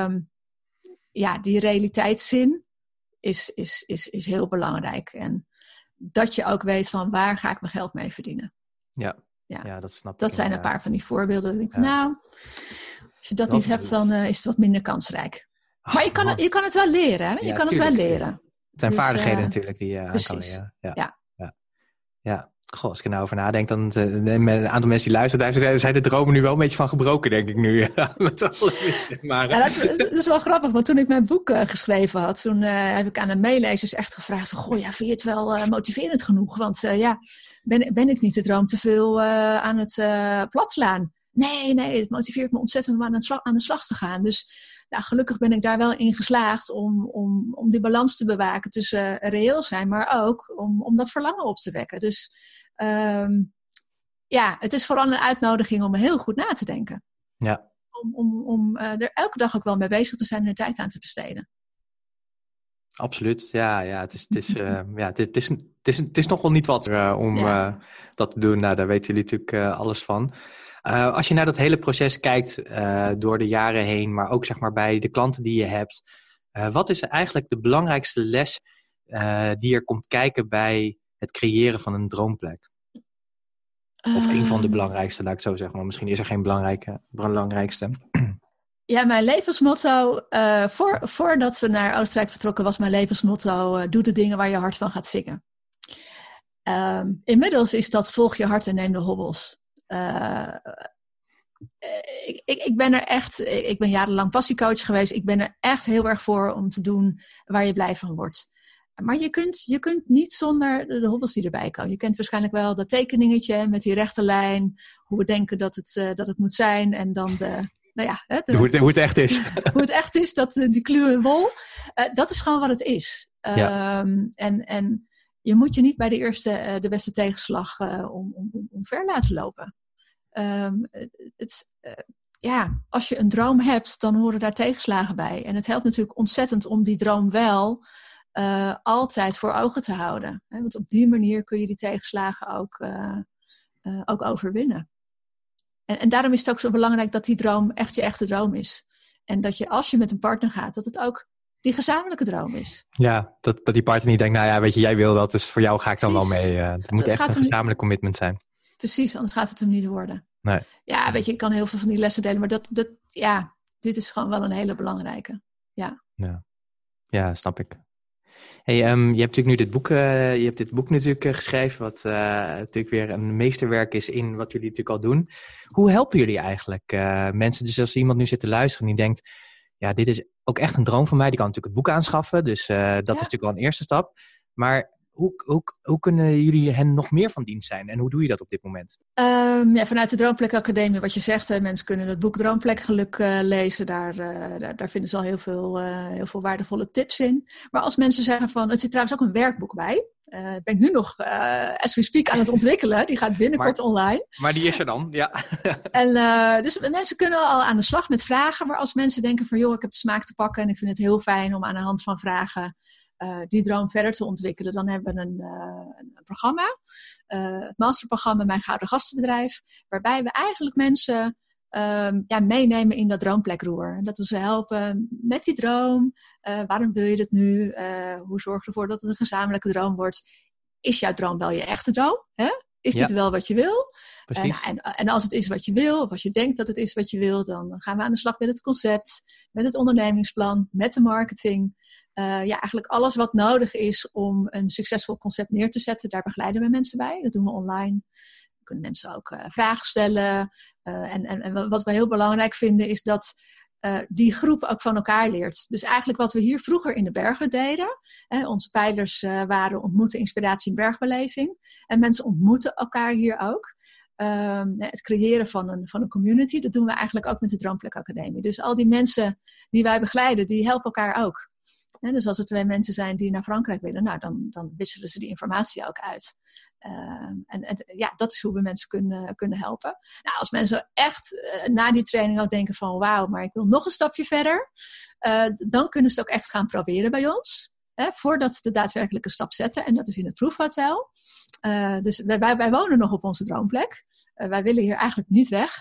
die realiteitszin is heel belangrijk. En dat je ook weet van waar ga ik mijn geld mee verdienen. Ja, dat snap ik. Dat zijn een paar van die voorbeelden. Ik denk van, als je dat niet hebt, dan is het wat minder kansrijk. Maar je kan het wel leren. Hè? Je kan het wel leren. Het zijn vaardigheden natuurlijk die je aan kan leren. Ja. Goh, als ik er nou over nadenk, dan met een aantal mensen die luisteren, daar zijn de dromen nu wel een beetje van gebroken, denk ik nu. Met alles, maar. Ja, dat is wel grappig, want toen ik mijn boek geschreven had, toen heb ik aan de meelezers echt gevraagd van, goh, vind je het wel motiverend genoeg? Want ben ik niet de droom te veel aan het plat slaan? Nee, het motiveert me ontzettend om aan de slag te gaan. Dus gelukkig ben ik daar wel in geslaagd om die balans te bewaken tussen reëel zijn, maar ook om dat verlangen op te wekken. Dus het is vooral een uitnodiging om heel goed na te denken. Ja. Om er elke dag ook wel mee bezig te zijn en er tijd aan te besteden. Absoluut, ja. Het is nogal niet wat om dat te doen. Nou, daar weten jullie natuurlijk alles van. Als je naar dat hele proces kijkt door de jaren heen, maar ook zeg maar bij de klanten die je hebt, wat is eigenlijk de belangrijkste les die er komt kijken bij het creëren van een droomplek? Of een van de belangrijkste, laat ik zo zeggen. Maar misschien is er geen belangrijkste. Ja, mijn levensmotto, voordat we naar Oostenrijk vertrokken, was mijn levensmotto, doe de dingen waar je hart van gaat zingen. Inmiddels is dat volg je hart en neem de hobbels. Ik ben er echt, ik ben jarenlang passiecoach geweest. Ik ben er echt heel erg voor om te doen waar je blij van wordt. Maar je kunt niet zonder de hobbels die erbij komen. Je kent waarschijnlijk wel dat tekeningetje met die rechte lijn. Hoe we denken dat het moet zijn. En dan hoe het echt is. Hoe het echt is, die kluw en wol. Dat is gewoon wat het is. En je moet je niet bij de eerste, de beste tegenslag om ver laten lopen. Als je een droom hebt, dan horen daar tegenslagen bij. En het helpt natuurlijk ontzettend om die droom wel altijd voor ogen te houden. Hè? Want op die manier kun je die tegenslagen ook overwinnen. En daarom is het ook zo belangrijk dat die droom echt je echte droom is. En dat je, als je met een partner gaat, dat het ook die gezamenlijke droom is. Ja, dat die partner niet denkt, nou ja, weet je, jij wil dat, dus voor jou ga ik dan wel mee. Het moet echt een gezamenlijk commitment zijn. Precies, anders gaat het hem niet worden. Nee. Ja, weet je, ik kan heel veel van die lessen delen, maar dit is gewoon wel een hele belangrijke. Ja, snap ik. Hey, je hebt natuurlijk nu dit boek natuurlijk geschreven, wat natuurlijk weer een meesterwerk is in wat jullie natuurlijk al doen. Hoe helpen jullie eigenlijk mensen? Dus als iemand nu zit te luisteren en die denkt, ja, dit is ook echt een droom van mij, die kan natuurlijk het boek aanschaffen, dus dat is natuurlijk wel een eerste stap. Maar hoe kunnen jullie hen nog meer van dienst zijn? En hoe doe je dat op dit moment? Vanuit de Droomplek Academie, wat je zegt, mensen kunnen het boek Droomplek Geluk lezen. Daar vinden ze al heel veel waardevolle tips in. Maar als mensen zeggen van, het zit trouwens ook een werkboek bij. Ben ik nu nog, as we speak, aan het ontwikkelen. Die gaat binnenkort online. Maar die is er dan, ja. En dus mensen kunnen al aan de slag met vragen. Maar als mensen denken van, joh, ik heb de smaak te pakken en ik vind het heel fijn om aan de hand van vragen die droom verder te ontwikkelen, dan hebben we een programma, het masterprogramma Mijn Gouden Gastenbedrijf, waarbij we eigenlijk mensen meenemen in dat droomplekroer. En dat we ze helpen met die droom. Waarom wil je dat nu? Hoe zorg je ervoor dat het een gezamenlijke droom wordt? Is jouw droom wel je echte droom? Hè? Is dit wel wat je wil? En als het is wat je wil, of als je denkt dat het is wat je wil, dan gaan we aan de slag met het concept, met het ondernemingsplan, met de marketing. Eigenlijk alles wat nodig is om een succesvol concept neer te zetten, daar begeleiden we mensen bij. Dat doen we online. We kunnen mensen ook vragen stellen. En wat we heel belangrijk vinden is dat die groep ook van elkaar leert. Dus eigenlijk wat we hier vroeger in de bergen deden. Onze pijlers waren ontmoeten, inspiratie en bergbeleving. En mensen ontmoeten elkaar hier ook. Het creëren van een community, dat doen we eigenlijk ook met de Droomplek Academie. Dus al die mensen die wij begeleiden, die helpen elkaar ook. Dus als er 2 mensen zijn die naar Frankrijk willen, nou, dan wisselen ze die informatie ook uit. Dat is hoe we mensen kunnen helpen. Nou, als mensen echt na die training ook denken van wauw, maar ik wil nog een stapje verder. Dan kunnen ze het ook echt gaan proberen bij ons. Voordat ze de daadwerkelijke stap zetten. En dat is in het proefhotel. Dus wij wonen nog op onze droomplek. Wij willen hier eigenlijk niet weg.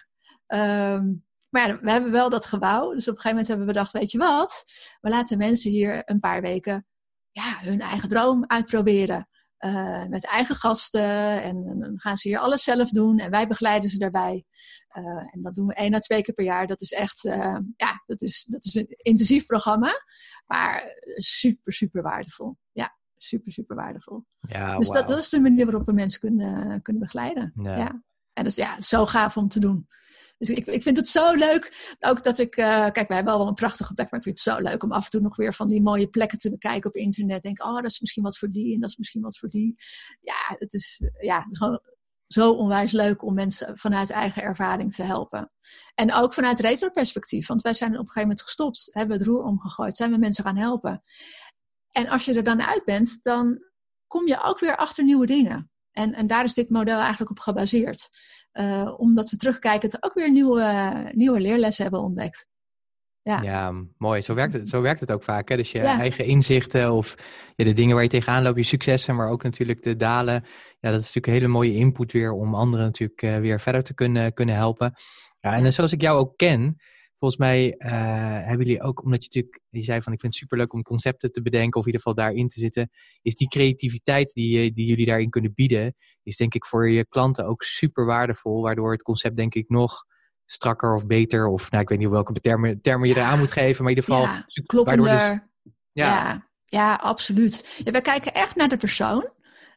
Maar ja, we hebben wel dat gebouw. Dus op een gegeven moment hebben we bedacht, weet je wat? We laten mensen hier een paar weken hun eigen droom uitproberen. Met eigen gasten. En dan gaan ze hier alles zelf doen. En wij begeleiden ze daarbij. En dat doen we 1 à 2 keer per jaar. Dat is echt dat is een intensief programma. Maar super, super waardevol. Ja, super, super waardevol. Ja, dus wow. dat is de manier waarop we mensen kunnen begeleiden. Ja. Ja. En dat is zo gaaf om te doen. Dus ik vind het zo leuk. Ook dat ik... kijk, wij hebben wel een prachtige plek. Maar ik vind het zo leuk om af en toe nog weer van die mooie plekken te bekijken op internet. Denk, dat is misschien wat voor die. En dat is misschien wat voor die. Ja, het is gewoon zo onwijs leuk om mensen vanuit eigen ervaring te helpen. En ook vanuit retro-perspectief. Want wij zijn op een gegeven moment gestopt. Hebben het roer omgegooid. Zijn we mensen gaan helpen. En als je er dan uit bent, dan kom je ook weer achter nieuwe dingen. En daar is dit model eigenlijk op gebaseerd. Omdat we terugkijkend ook weer nieuwe leerlessen hebben ontdekt. Ja, mooi. Zo werkt het ook vaak. Hè? Dus je eigen inzichten of de dingen waar je tegenaan loopt, je successen, maar ook natuurlijk de dalen. Ja, dat is natuurlijk een hele mooie input weer om anderen natuurlijk weer verder te kunnen helpen. Ja, en zoals ik jou ook ken, volgens mij hebben jullie ook, omdat je zei van ik vind het superleuk om concepten te bedenken of in ieder geval daarin te zitten, is die creativiteit die jullie daarin kunnen bieden, is denk ik voor je klanten ook super waardevol, waardoor het concept denk ik nog strakker of beter, of ik weet niet welke termen je eraan moet geven, maar in ieder geval kloppender. Ja, absoluut. Ja, wij kijken echt naar de persoon.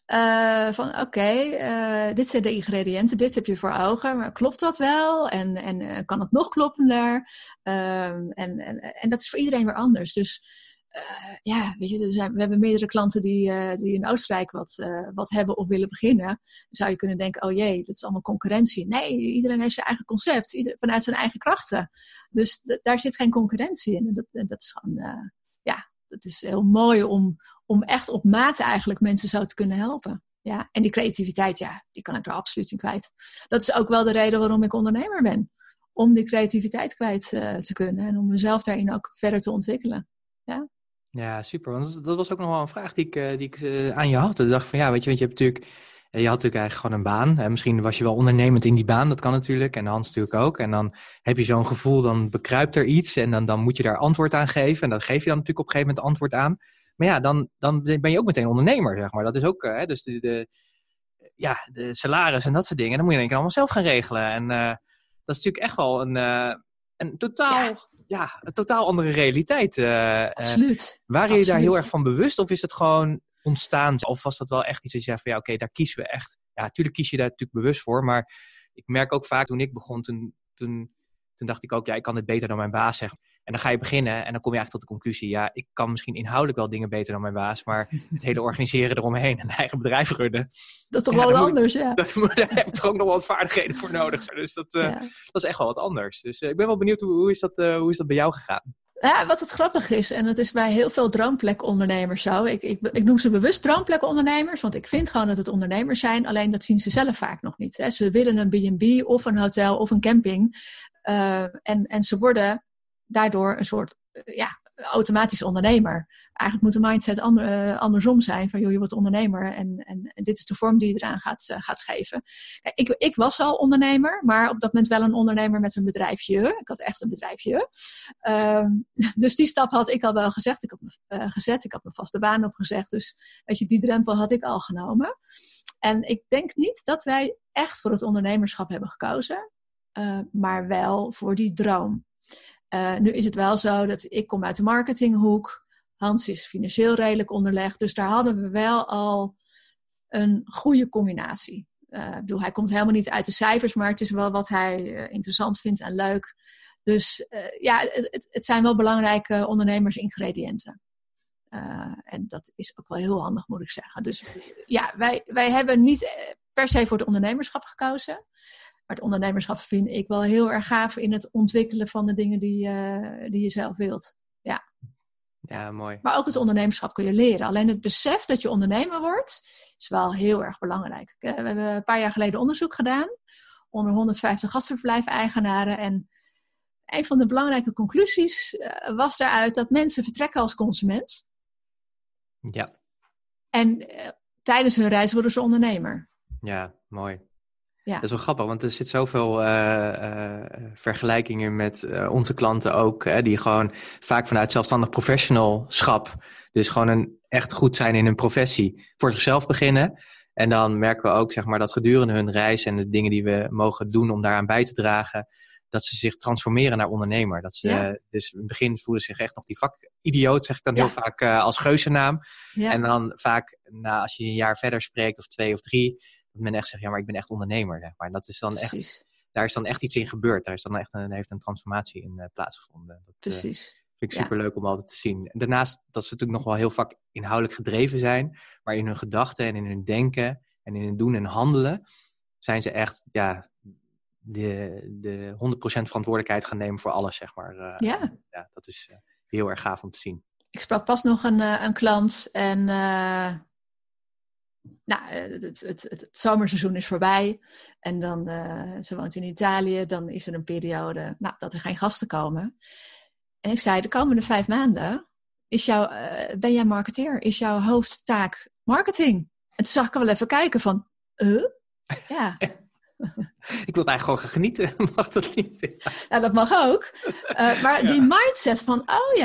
Dit zijn de ingrediënten, dit heb je voor ogen, maar klopt dat wel? En kan het nog kloppender? En dat is voor iedereen weer anders. Dus weet je, we hebben meerdere klanten die in Oostenrijk wat hebben of willen beginnen. Dan zou je kunnen denken, oh jee, dat is allemaal concurrentie. Nee, iedereen heeft zijn eigen concept, vanuit zijn eigen krachten. Dus daar zit geen concurrentie in. En dat is gewoon, dat is heel mooi om echt op maat eigenlijk mensen zo te kunnen helpen. Ja, en die creativiteit, die kan ik er absoluut in kwijt. Dat is ook wel de reden waarom ik ondernemer ben. Om die creativiteit kwijt te kunnen. En om mezelf daarin ook verder te ontwikkelen. Ja, super. Want dat was ook nog wel een vraag die ik aan je had. Ik dacht van weet je, want je had natuurlijk eigenlijk gewoon een baan. En misschien was je wel ondernemend in die baan, dat kan natuurlijk. En Hans natuurlijk ook. En dan heb je zo'n gevoel, dan bekruipt er iets. En dan moet je daar antwoord aan geven. En dat geef je dan natuurlijk op een gegeven moment antwoord aan. Maar ja, dan ben je ook meteen ondernemer, zeg maar. Dat is ook, dus de salaris en dat soort dingen. Dan moet je in één keer allemaal zelf gaan regelen. En dat is natuurlijk echt wel een totaal andere realiteit. Absoluut. Waren je daar heel erg van bewust? Of is het gewoon ontstaan? Of was dat wel echt iets dat je zei van daar kiezen we echt. Ja, natuurlijk kies je daar natuurlijk bewust voor. Maar ik merk ook vaak toen ik begon, toen dacht ik ook, ik kan dit beter dan mijn baas zeggen. En dan ga je beginnen en dan kom je eigenlijk tot de conclusie, ik kan misschien inhoudelijk wel dingen beter dan mijn baas, maar het hele organiseren eromheen en een eigen bedrijf runnen. Dat is toch wel anders, Daar heb ik toch ook nog wel wat vaardigheden voor nodig. Dus dat is echt wel wat anders. Dus ik ben wel benieuwd, hoe is dat bij jou gegaan? Ja, wat het grappig is, en het is bij heel veel droomplekondernemers zo. Ik noem ze bewust droomplekondernemers, want ik vind gewoon dat het ondernemers zijn. Alleen dat zien ze zelf vaak nog niet. Hè. Ze willen een B&B of een hotel of een camping. En ze worden daardoor een soort automatisch ondernemer. Eigenlijk moet de mindset andersom zijn. Van je wordt ondernemer en dit is de vorm die je eraan gaat geven. Kijk, ik was al ondernemer, maar op dat moment wel een ondernemer met een bedrijfje. Ik had echt een bedrijfje. Dus die stap had ik al wel gezegd. Ik had mijn vaste baan opgezegd. Dus die drempel had ik al genomen. En ik denk niet dat wij echt voor het ondernemerschap hebben gekozen. Maar wel voor die droom. Nu is het wel zo dat ik kom uit de marketinghoek. Hans is financieel redelijk onderlegd. Dus daar hadden we wel al een goede combinatie. Hij komt helemaal niet uit de cijfers, maar het is wel wat hij interessant vindt en leuk. Dus het zijn wel belangrijke ondernemersingrediënten. En dat is ook wel heel handig, moet ik zeggen. Dus ja, wij hebben niet per se voor het ondernemerschap gekozen. Maar het ondernemerschap vind ik wel heel erg gaaf in het ontwikkelen van de dingen die je zelf wilt. Ja. Ja, mooi. Maar ook het ondernemerschap kun je leren. Alleen het besef dat je ondernemer wordt, is wel heel erg belangrijk. We hebben een paar jaar geleden onderzoek gedaan onder 150 gastverblijf-eigenaren. En een van de belangrijke conclusies was daaruit dat mensen vertrekken als consument. Ja. En tijdens hun reis worden ze ondernemer. Ja, mooi. Ja. Dat is wel grappig, want er zit zoveel vergelijkingen met onze klanten ook, die gewoon vaak vanuit zelfstandig professionalschap, dus gewoon echt goed zijn in hun professie, voor zichzelf beginnen. En dan merken we ook, zeg maar, dat gedurende hun reis en de dingen die we mogen doen om daaraan bij te dragen, dat ze zich transformeren naar ondernemer. Dat ze dus in het begin voelen zich echt nog die vakidioot, zeg ik dan heel vaak als geuzennaam. Ja. En dan vaak, als je een jaar verder spreekt, of 2 of 3, dat men echt zegt, ja, maar ik ben echt ondernemer. Zeg maar. En dat is dan echt, daar is dan echt iets in gebeurd. Daar is dan echt heeft een transformatie in plaatsgevonden. Dat vind ik superleuk om altijd te zien. En daarnaast dat ze natuurlijk nog wel heel vaak inhoudelijk gedreven zijn, maar in hun gedachten en in hun denken en in hun doen en handelen zijn ze echt de 100% verantwoordelijkheid gaan nemen voor alles, zeg maar. Dat is heel erg gaaf om te zien. Ik sprak pas nog een klant en het zomerseizoen is voorbij. En dan, ze woont in Italië, dan is er een periode dat er geen gasten komen. En ik zei, de komende 5 maanden ben jij marketeer? Is jouw hoofdtaak marketing? En toen zag ik er wel even kijken van, ja. Ik wil eigenlijk gewoon gaan genieten. Mag dat niet? Nou, dat mag ook. Maar die mindset van,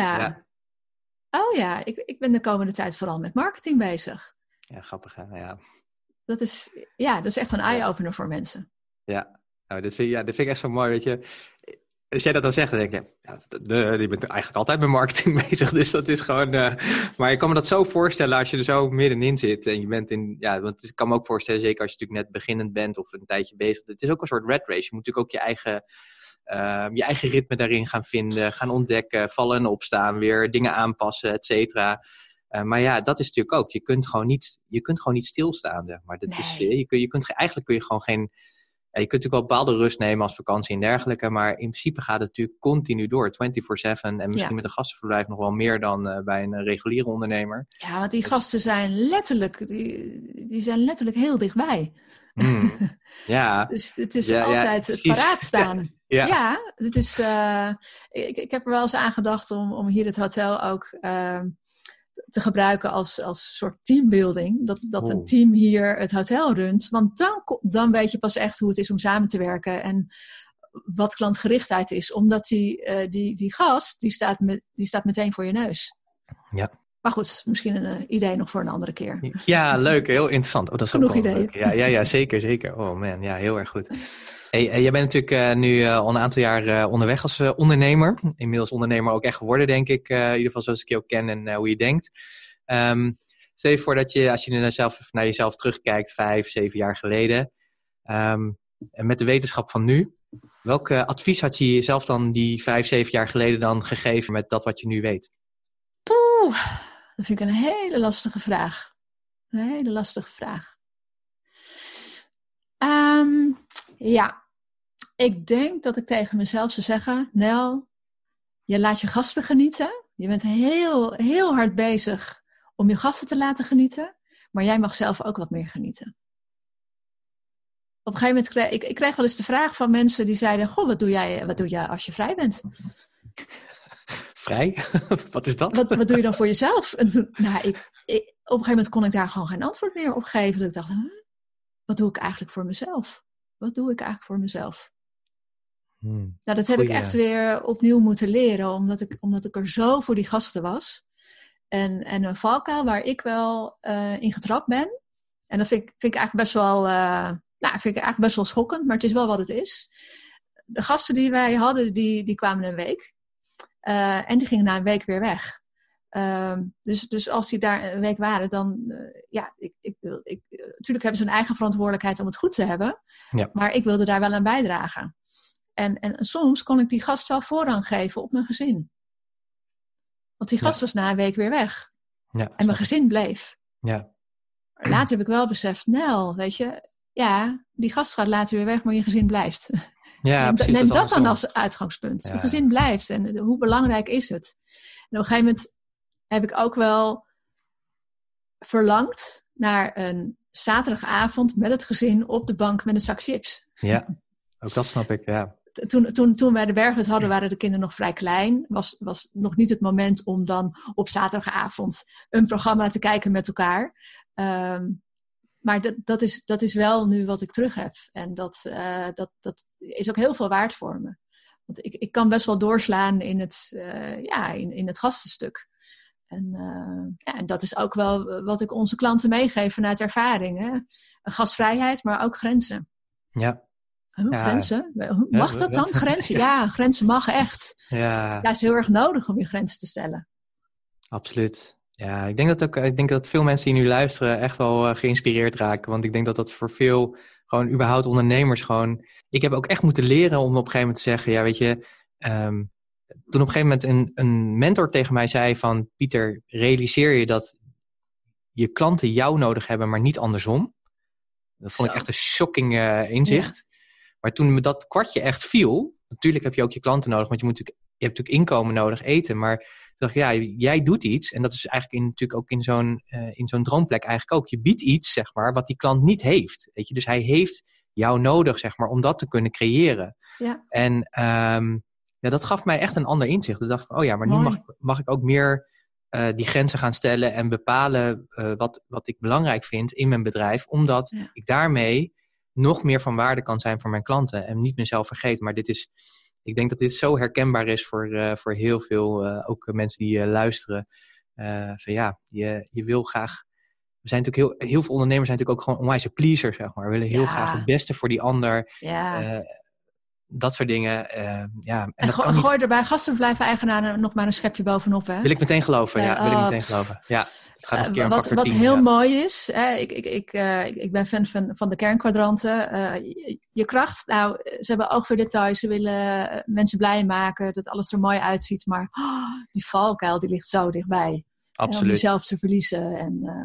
ik ben de komende tijd vooral met marketing bezig. Ja, grappig hè? Ja. Dat is echt een eye-opener voor mensen. Ja, nou, dit vind ik echt zo mooi, weet je. Als jij dat dan zegt, dan denk je, je bent eigenlijk altijd met marketing bezig, dus dat is gewoon... maar ik kan me dat zo voorstellen als je er zo middenin zit en je bent in... Ja, want ik kan me ook voorstellen, zeker als je natuurlijk net beginnend bent of een tijdje bezig, het is ook een soort rat race. Je moet natuurlijk ook je eigen ritme daarin gaan vinden, gaan ontdekken, vallen en opstaan, weer dingen aanpassen, et cetera. Maar ja, dat is natuurlijk ook. Je kunt gewoon niet stilstaan, zeg maar. Eigenlijk kun je gewoon geen... Ja, je kunt natuurlijk wel bepaalde rust nemen als vakantie en dergelijke, maar in principe gaat het natuurlijk continu door, 24/7 en misschien met een gastenverblijf nog wel meer dan bij een reguliere ondernemer. Ja, want die gasten zijn letterlijk, die zijn letterlijk heel dichtbij. Ja. Dus het is altijd het paraat staan. Ja, het is, ik heb er wel eens aan gedacht om hier het hotel ook te gebruiken als soort teambuilding. Dat een team hier het hotel runt. Want dan weet je pas echt hoe het is om samen te werken. En wat klantgerichtheid is. Omdat die gast, die staat meteen voor je neus. Ja. Maar goed, misschien een idee nog voor een andere keer. Ja, leuk. Heel interessant. Dat is genoeg ook wel ideeën. Leuk. Ja, zeker. Oh man, ja, heel erg goed. Hey, jij bent natuurlijk nu al een aantal jaar onderweg als ondernemer. Inmiddels ondernemer ook echt geworden, denk ik. In ieder geval zoals ik je ook ken en hoe je denkt. Stel je voor dat als je naar jezelf terugkijkt, 5, 7 jaar geleden. En met de wetenschap van nu. Welk advies had je jezelf dan die 5, 7 jaar geleden dan gegeven met dat wat je nu weet? Dat vind ik een hele lastige vraag. Een hele lastige vraag. Ik denk dat ik tegen mezelf zou zeggen, Nel, je laat je gasten genieten. Je bent heel, heel hard bezig om je gasten te laten genieten. Maar jij mag zelf ook wat meer genieten. Op een gegeven moment ik kreeg wel eens de vraag van mensen die zeiden, goh, wat doe jij als je vrij bent? Vrij? Wat is dat? Wat doe je dan voor jezelf? En toen, op een gegeven moment kon ik daar gewoon geen antwoord meer op geven. Dat ik dacht, wat doe ik eigenlijk voor mezelf? Wat doe ik eigenlijk voor mezelf? Nou, dat heb ik echt weer opnieuw moeten leren. Omdat ik er zo voor die gasten was. En een valkuil waar ik wel in getrapt ben. En dat vind ik eigenlijk best wel schokkend. Maar het is wel wat het is. De gasten die wij hadden, die kwamen een week. En die gingen na een week weer weg. Dus als die daar een week waren, dan... natuurlijk hebben ze een eigen verantwoordelijkheid om het goed te hebben. Ja. Maar ik wilde daar wel aan bijdragen. En soms kon ik die gast wel voorrang geven op mijn gezin. Want die gast was na een week weer weg. Ja, en mijn gezin bleef. Ja. Later heb ik wel beseft, Nel, weet je, ja, die gast gaat later weer weg, maar je gezin blijft. Ja, neem dat dan als uitgangspunt. Je gezin blijft en hoe belangrijk is het? En op een gegeven moment heb ik ook wel verlangd naar een zaterdagavond met het gezin op de bank met een zak chips. Ja, ook dat snap ik, ja. Toen wij de Berghut hadden, waren de kinderen nog vrij klein. Was nog niet het moment om dan op zaterdagavond een programma te kijken met elkaar. Maar dat is wel nu wat ik terug heb. En dat is ook heel veel waard voor me. Want ik kan best wel doorslaan in het gastenstuk. En dat is ook wel wat ik onze klanten meegeef vanuit ervaring. Hè? Gastvrijheid, maar ook grenzen. Ja. Grenzen? Mag dat dan? Grenzen? Ja, grenzen mag echt. Ja, het is heel erg nodig om je grenzen te stellen. Absoluut. Ja, ik denk dat veel mensen die nu luisteren echt wel geïnspireerd raken. Want ik denk dat voor veel, gewoon überhaupt ondernemers gewoon... Ik heb ook echt moeten leren om op een gegeven moment te zeggen... Ja, weet je, toen op een gegeven moment een mentor tegen mij zei van... Pieter, realiseer je dat je klanten jou nodig hebben, maar niet andersom? Dat vond ik echt een shocking inzicht. Ja. Maar toen me dat kwartje echt viel... Natuurlijk heb je ook je klanten nodig, want je hebt natuurlijk inkomen nodig, eten. Maar toen dacht ik, jij doet iets. En dat is eigenlijk natuurlijk ook in zo'n droomplek eigenlijk ook. Je biedt iets, zeg maar, wat die klant niet heeft. Weet je? Dus hij heeft jou nodig, zeg maar, om dat te kunnen creëren. Ja. En dat gaf mij echt een ander inzicht. Ik dacht van, maar nu mag ik ook meer die grenzen gaan stellen en bepalen wat ik belangrijk vind in mijn bedrijf. Omdat ik daarmee nog meer van waarde kan zijn voor mijn klanten. En niet mezelf vergeet. Maar ik denk dat dit zo herkenbaar is voor heel veel, ook mensen die luisteren. Je wil graag... We zijn natuurlijk heel veel ondernemers zijn natuurlijk ook gewoon onwijs pleasers, zeg maar. We willen heel graag het beste voor die ander. Ja. Dat soort dingen. En gooi er bij gastenverblijf-eigenaren nog maar een schepje bovenop. Hè? Wil ik meteen geloven, wil ik meteen geloven. Ja, het gaat nog een keer een factor 10. Wat heel mooi is, ik ben fan van de kernkwadranten. Je kracht, nou, ze hebben oog voor details. Ze willen mensen blij maken, dat alles er mooi uitziet. Maar die valkuil, die ligt zo dichtbij. Absoluut. Om jezelf te verliezen.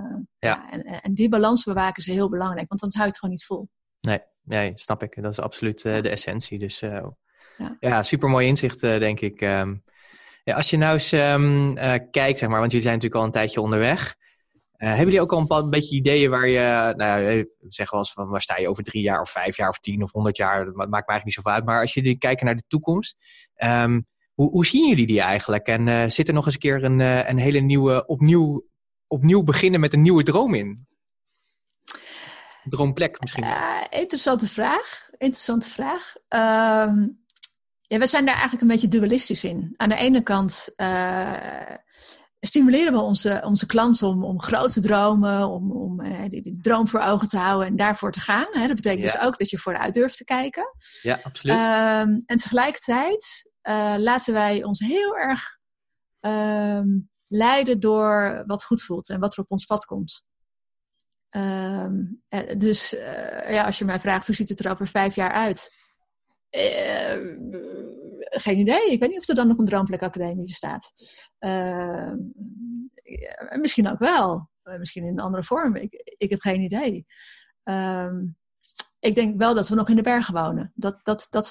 En die balans bewaken is heel belangrijk, want anders hou je het gewoon niet vol. Nee, snap ik. Dat is absoluut de essentie. Dus super mooi inzicht, denk ik. Als je nou eens kijkt, zeg maar, want jullie zijn natuurlijk al een tijdje onderweg. Hebben jullie ook al een beetje ideeën waar je, zeg wel eens van waar sta je over 3 jaar of 5 jaar of 10 of 100 jaar? Dat maakt me eigenlijk niet zoveel uit. Maar als jullie kijken naar de toekomst, hoe zien jullie die eigenlijk? En zit er nog eens een keer een hele nieuwe, opnieuw beginnen met een nieuwe droom in? Droomplek misschien? Interessante vraag. We zijn daar eigenlijk een beetje dualistisch in. Aan de ene kant stimuleren we onze klanten om groot te dromen, om die droom voor ogen te houden en daarvoor te gaan. Hè. Dat betekent dus ook dat je vooruit durft te kijken. Ja, absoluut. En tegelijkertijd laten wij ons heel erg leiden door wat goed voelt en wat er op ons pad komt. Als je mij vraagt hoe ziet het er over 5 jaar uit? Geen idee. Ik weet niet of er dan nog een Droomplek Academie bestaat. Misschien ook wel. Misschien in een andere vorm. Ik heb geen idee. Ik denk wel dat we nog in de bergen wonen. Dat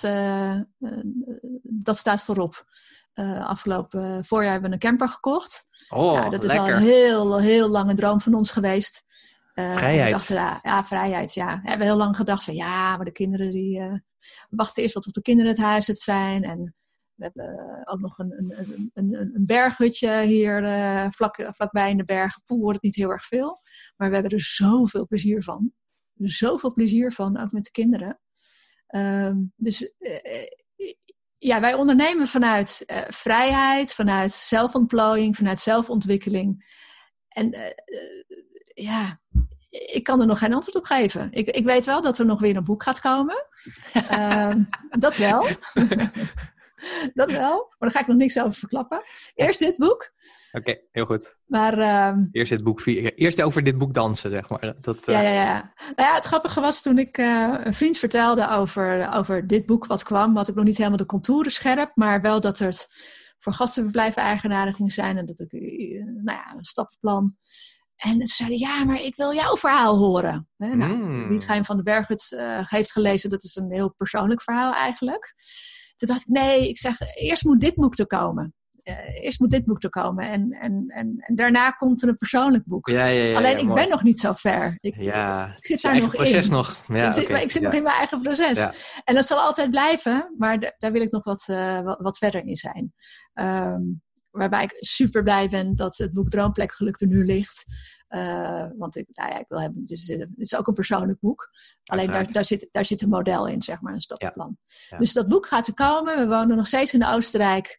staat voorop. Afgelopen voorjaar hebben we een camper gekocht. Dat is al een heel lange droom van ons geweest. Vrijheid. Vrijheid, ja. We hebben heel lang gedacht van maar de kinderen die wachten eerst wat tot de kinderen het huis uit zijn. En we hebben ook nog een berghutje hier vlakbij in de bergen. Poel wordt het niet heel erg veel. Maar we hebben er zoveel plezier van. Ook met de kinderen. Wij ondernemen vanuit vrijheid, vanuit zelfontplooiing, vanuit zelfontwikkeling. En ik kan er nog geen antwoord op geven. Ik weet wel dat er nog weer een boek gaat komen. Dat wel. Maar daar ga ik nog niks over verklappen. Eerst dit boek. Oké, heel goed. Maar Eerst over dit boek dansen, zeg maar. Ja. Nou ja, het grappige was toen ik een vriend vertelde over dit boek wat kwam, had ik nog niet helemaal de contouren scherp, maar wel dat het voor gastenverblijven-eigenaren ging zijn en dat ik een stappenplan. En toen zeiden ja, maar ik wil jouw verhaal horen. Wie Geheim van den Berg het heeft gelezen, dat is een heel persoonlijk verhaal eigenlijk. Toen dacht ik, nee, eerst moet dit boek er komen. En daarna komt er een persoonlijk boek. Alleen ik ben nog niet zo ver. Ik zit daar nog proces in. nog. Ik zit nog in mijn eigen proces. Ja. En dat zal altijd blijven, maar daar wil ik nog wat verder in zijn. Waarbij ik super blij ben dat het boek Droomplekgeluk er nu ligt. Want ik wil hebben, het is ook een persoonlijk boek. Alleen daar zit een model in, zeg maar, een stappenplan. Ja. Dus dat boek gaat er komen. We wonen nog steeds in Oostenrijk.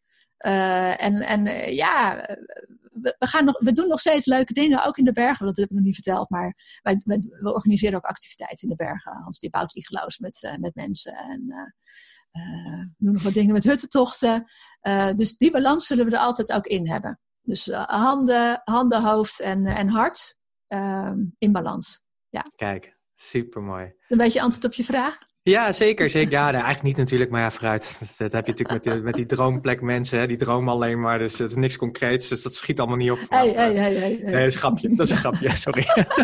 We doen nog steeds leuke dingen, ook in de bergen. Dat heb ik nog niet verteld, maar we organiseren ook activiteiten in de bergen. Hans die bouwt igloos met mensen en we doen nog wat dingen met huttentochten. Dus die balans zullen we er altijd ook in hebben. Dus handen, hoofd en hart in balans. Ja. Kijk, supermooi. Een beetje antwoord op je vraag? Ja, zeker. Ja, nou, eigenlijk niet natuurlijk, maar ja, vooruit. Dat heb je natuurlijk met die droomplek mensen, hè, die dromen alleen maar. Dus dat is niks concreets, dus dat schiet allemaal niet op. Hey. Nee, dat is een grapje, sorry.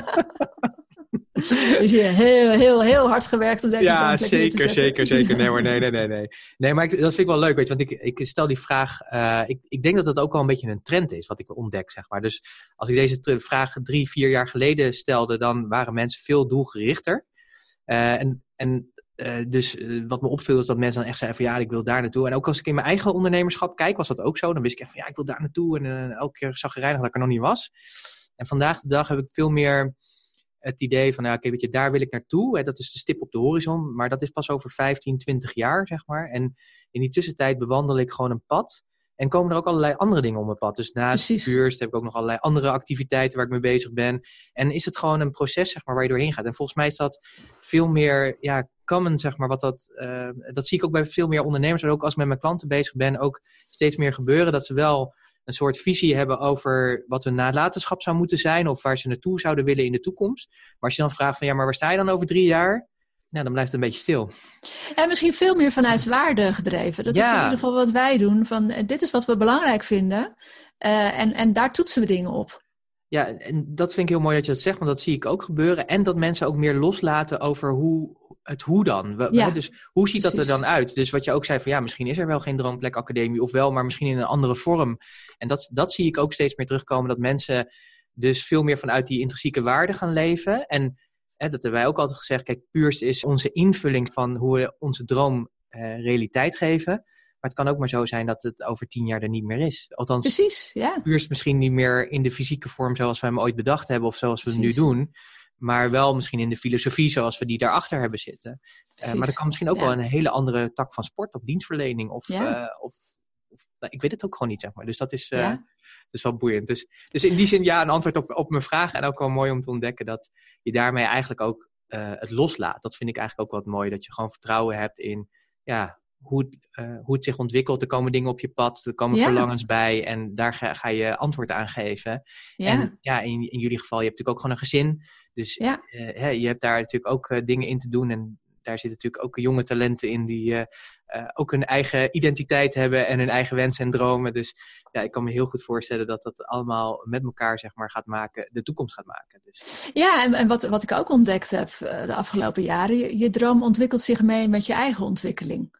Dus je hebt heel hard gewerkt om deze droomplek neer te zetten. Zeker. Nee. Nee, maar dat vind ik wel leuk, weet je, want ik stel die vraag. Ik denk dat dat ook wel een beetje een trend is, wat ik ontdek, zeg maar. Dus als ik deze vraag 3-4 jaar geleden stelde, dan waren mensen veel doelgerichter. Dus wat me opviel is dat mensen dan echt zeiden van ja, ik wil daar naartoe. En ook als ik in mijn eigen ondernemerschap kijk, was dat ook zo. Dan wist ik echt van ja, ik wil daar naartoe. En elke keer chagrijnig dat ik er nog niet was. En vandaag de dag heb ik veel meer het idee van, oké, weet je, daar wil ik naartoe. Hè, dat is de stip op de horizon. Maar dat is pas over 15, 20 jaar, zeg maar. En in die tussentijd bewandel ik gewoon een pad. En komen er ook allerlei andere dingen op mijn pad. Dus naast Purst heb ik ook nog allerlei andere activiteiten waar ik mee bezig ben. En is het gewoon een proces, zeg maar, waar je doorheen gaat. En volgens mij is dat veel meer common, zeg maar. Dat zie ik ook bij veel meer ondernemers. En ook als ik met mijn klanten bezig ben, ook steeds meer gebeuren. Dat ze wel een soort visie hebben over wat hun nalatenschap zou moeten zijn. Of waar ze naartoe zouden willen in de toekomst. Maar als je dan vraagt van ja, maar waar sta je dan over 3 jaar? Nou, dan blijft het een beetje stil. En misschien veel meer vanuit waarde gedreven. Dat is in ieder geval wat wij doen. Van, dit is wat we belangrijk vinden. En daar toetsen we dingen op. Ja, en dat vind ik heel mooi dat je dat zegt. Want dat zie ik ook gebeuren. En dat mensen ook meer loslaten over hoe dan. Dus hoe ziet dat er dan uit? Dus wat je ook zei van ja, misschien is er wel geen Droomplek-academie. Of wel, maar misschien in een andere vorm. En dat zie ik ook steeds meer terugkomen. Dat mensen dus veel meer vanuit die intrinsieke waarde gaan leven. En dat hebben wij ook altijd gezegd. Kijk, Purst is onze invulling van hoe we onze droom realiteit geven. Maar het kan ook maar zo zijn dat het over 10 jaar er niet meer is. Althans, precies, ja. Purst misschien niet meer in de fysieke vorm zoals we hem ooit bedacht hebben. Of zoals we het nu doen. Maar wel misschien in de filosofie zoals we die daarachter hebben zitten. Maar er kan misschien ook wel een hele andere tak van sport of dienstverlening. Of ik weet het ook gewoon niet, zeg maar. Dus dat is... Het is wel boeiend. Dus in die zin een antwoord op mijn vraag. En ook wel mooi om te ontdekken dat je daarmee eigenlijk ook het loslaat. Dat vind ik eigenlijk ook wat mooi. Dat je gewoon vertrouwen hebt in hoe het zich ontwikkelt. Er komen dingen op je pad. Er komen verlangens bij. En daar ga je antwoord aan geven. Ja. En in jullie geval, je hebt natuurlijk ook gewoon een gezin. Dus je hebt daar natuurlijk ook dingen in te doen. En daar zitten natuurlijk ook jonge talenten in die ook hun eigen identiteit hebben en hun eigen wensen en dromen. Dus ja, ik kan me heel goed voorstellen dat dat allemaal met elkaar, zeg maar, de toekomst gaat maken. Dus. Ja, en wat ik ook ontdekt heb de afgelopen jaren, je droom ontwikkelt zich mee met je eigen ontwikkeling.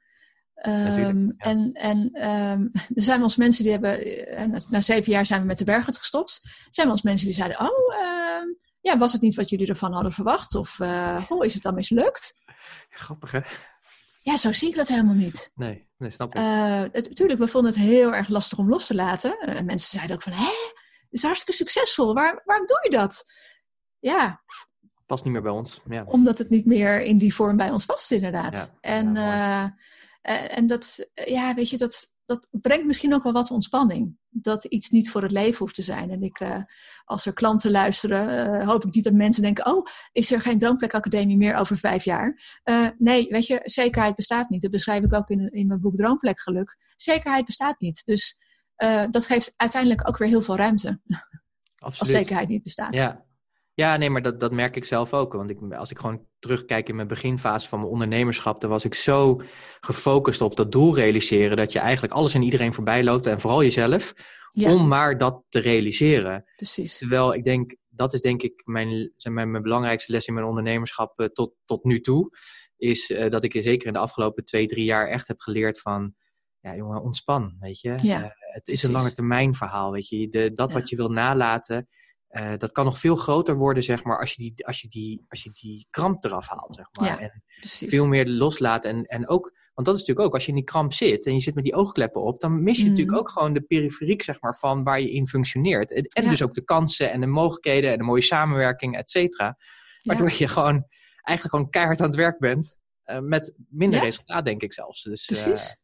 Er zijn wel eens mensen die hebben, na 7 jaar zijn we met de Berghut gestopt. Er zijn wel eens mensen die zeiden, was het niet wat jullie ervan hadden verwacht? Of is het dan mislukt? Grappig, hè? Ja, zo zie ik dat helemaal niet. Nee, snap ik. Natuurlijk, we vonden het heel erg lastig om los te laten. Mensen zeiden ook van, het is hartstikke succesvol. Waarom doe je dat? Ja. Past niet meer bij ons. Ja. Omdat het niet meer in die vorm bij ons past, inderdaad. Ja, en dat, weet je, dat brengt misschien ook wel wat ontspanning. Dat iets niet voor het leven hoeft te zijn. En als er klanten luisteren, hoop ik niet dat mensen denken, is er geen Droomplek-academie meer over 5 jaar? Nee, weet je, zekerheid bestaat niet. Dat beschrijf ik ook in mijn boek Droomplekgeluk. Zekerheid bestaat niet. Dus dat geeft uiteindelijk ook weer heel veel ruimte. Absoluut. Als zekerheid niet bestaat. Ja, nee, maar dat merk ik zelf ook. Want als ik gewoon terugkijk in mijn beginfase van mijn ondernemerschap, dan was ik zo gefocust op dat doel realiseren, dat je eigenlijk alles en iedereen voorbij loopt en vooral jezelf, om maar dat te realiseren. Precies. Terwijl ik denk, dat is denk ik mijn belangrijkste les in mijn ondernemerschap tot nu toe, is dat ik zeker in de afgelopen 2-3 jaar echt heb geleerd van, ja jongen, ontspan, weet je. Het is een langetermijn verhaal, weet je. Wat je wil nalaten, dat kan nog veel groter worden, zeg maar, als je die kramp eraf haalt, zeg maar. En veel meer loslaten. En ook, want dat is natuurlijk ook, als je in die kramp zit en je zit met die oogkleppen op, dan mis je natuurlijk ook gewoon de periferiek, zeg maar, van waar je in functioneert. En dus ook de kansen en de mogelijkheden en de mooie samenwerking, et cetera. Waardoor je gewoon eigenlijk gewoon keihard aan het werk bent. Met minder resultaat, denk ik zelfs. Dus, precies.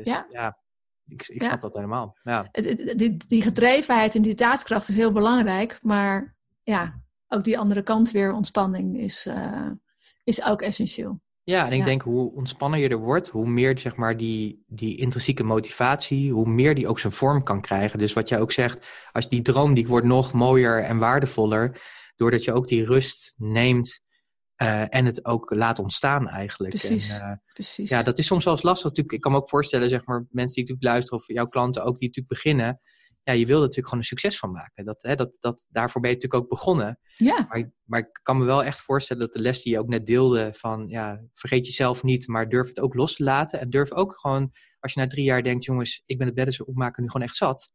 Ik snap dat helemaal. Ja. Die gedrevenheid en die daadkracht is heel belangrijk. Maar ook die andere kant weer, ontspanning, is ook essentieel. Ja, en ik denk hoe ontspanner je er wordt, hoe meer zeg maar die intrinsieke motivatie, hoe meer die ook zijn vorm kan krijgen. Dus wat jij ook zegt, als die droom die wordt nog mooier en waardevoller, doordat je ook die rust neemt. En het ook laat ontstaan eigenlijk. Precies, precies. Ja, dat is soms wel eens lastig natuurlijk. Ik kan me ook voorstellen, zeg maar, mensen die natuurlijk luisteren of jouw klanten ook die natuurlijk beginnen. Ja, je wil er natuurlijk gewoon een succes van maken. Daarvoor ben je natuurlijk ook begonnen. Ja. Maar ik kan me wel echt voorstellen dat de les die je ook net deelde van, vergeet jezelf niet, maar durf het ook los te laten. En durf ook gewoon, als je na 3 jaar denkt, jongens, ik ben het bedden opmaken nu gewoon echt zat.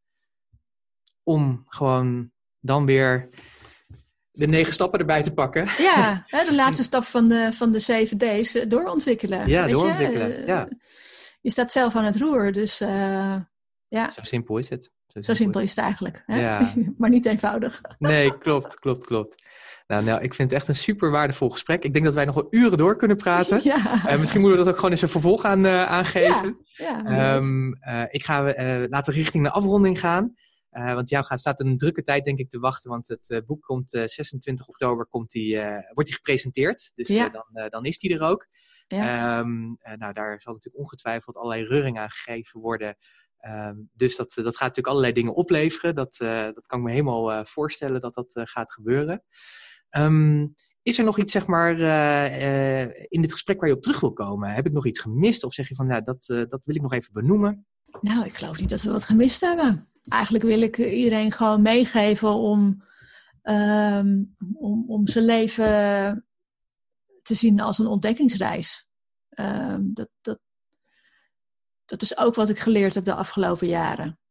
Om gewoon dan weer de 9 stappen erbij te pakken. Ja, de laatste stap van de 7 D's doorontwikkelen. Ja, weet doorontwikkelen. Je staat zelf aan het roer, dus Zo simpel is het. Zo simpel is het eigenlijk. Hè? Ja. Maar niet eenvoudig. Nee, klopt. Nou, ik vind het echt een super waardevol gesprek. Ik denk dat wij nog wel uren door kunnen praten. Misschien moeten we dat ook gewoon eens een vervolg aangeven. Laten we richting de afronding gaan. Want jou staat een drukke tijd denk ik te wachten, want het boek komt 26 oktober wordt die gepresenteerd. Dus dan is die er ook. Ja. Daar zal natuurlijk ongetwijfeld allerlei reuring aan gegeven worden. Dus dat gaat natuurlijk allerlei dingen opleveren. Dat kan ik me helemaal voorstellen dat gaat gebeuren. Is er nog iets, zeg maar, in dit gesprek waar je op terug wil komen? Heb ik nog iets gemist? Of zeg je van, dat wil ik nog even benoemen? Nou, ik geloof niet dat we wat gemist hebben. Eigenlijk wil ik iedereen gewoon meegeven om zijn leven te zien als een ontdekkingsreis. Dat is ook wat ik geleerd heb de afgelopen jaren.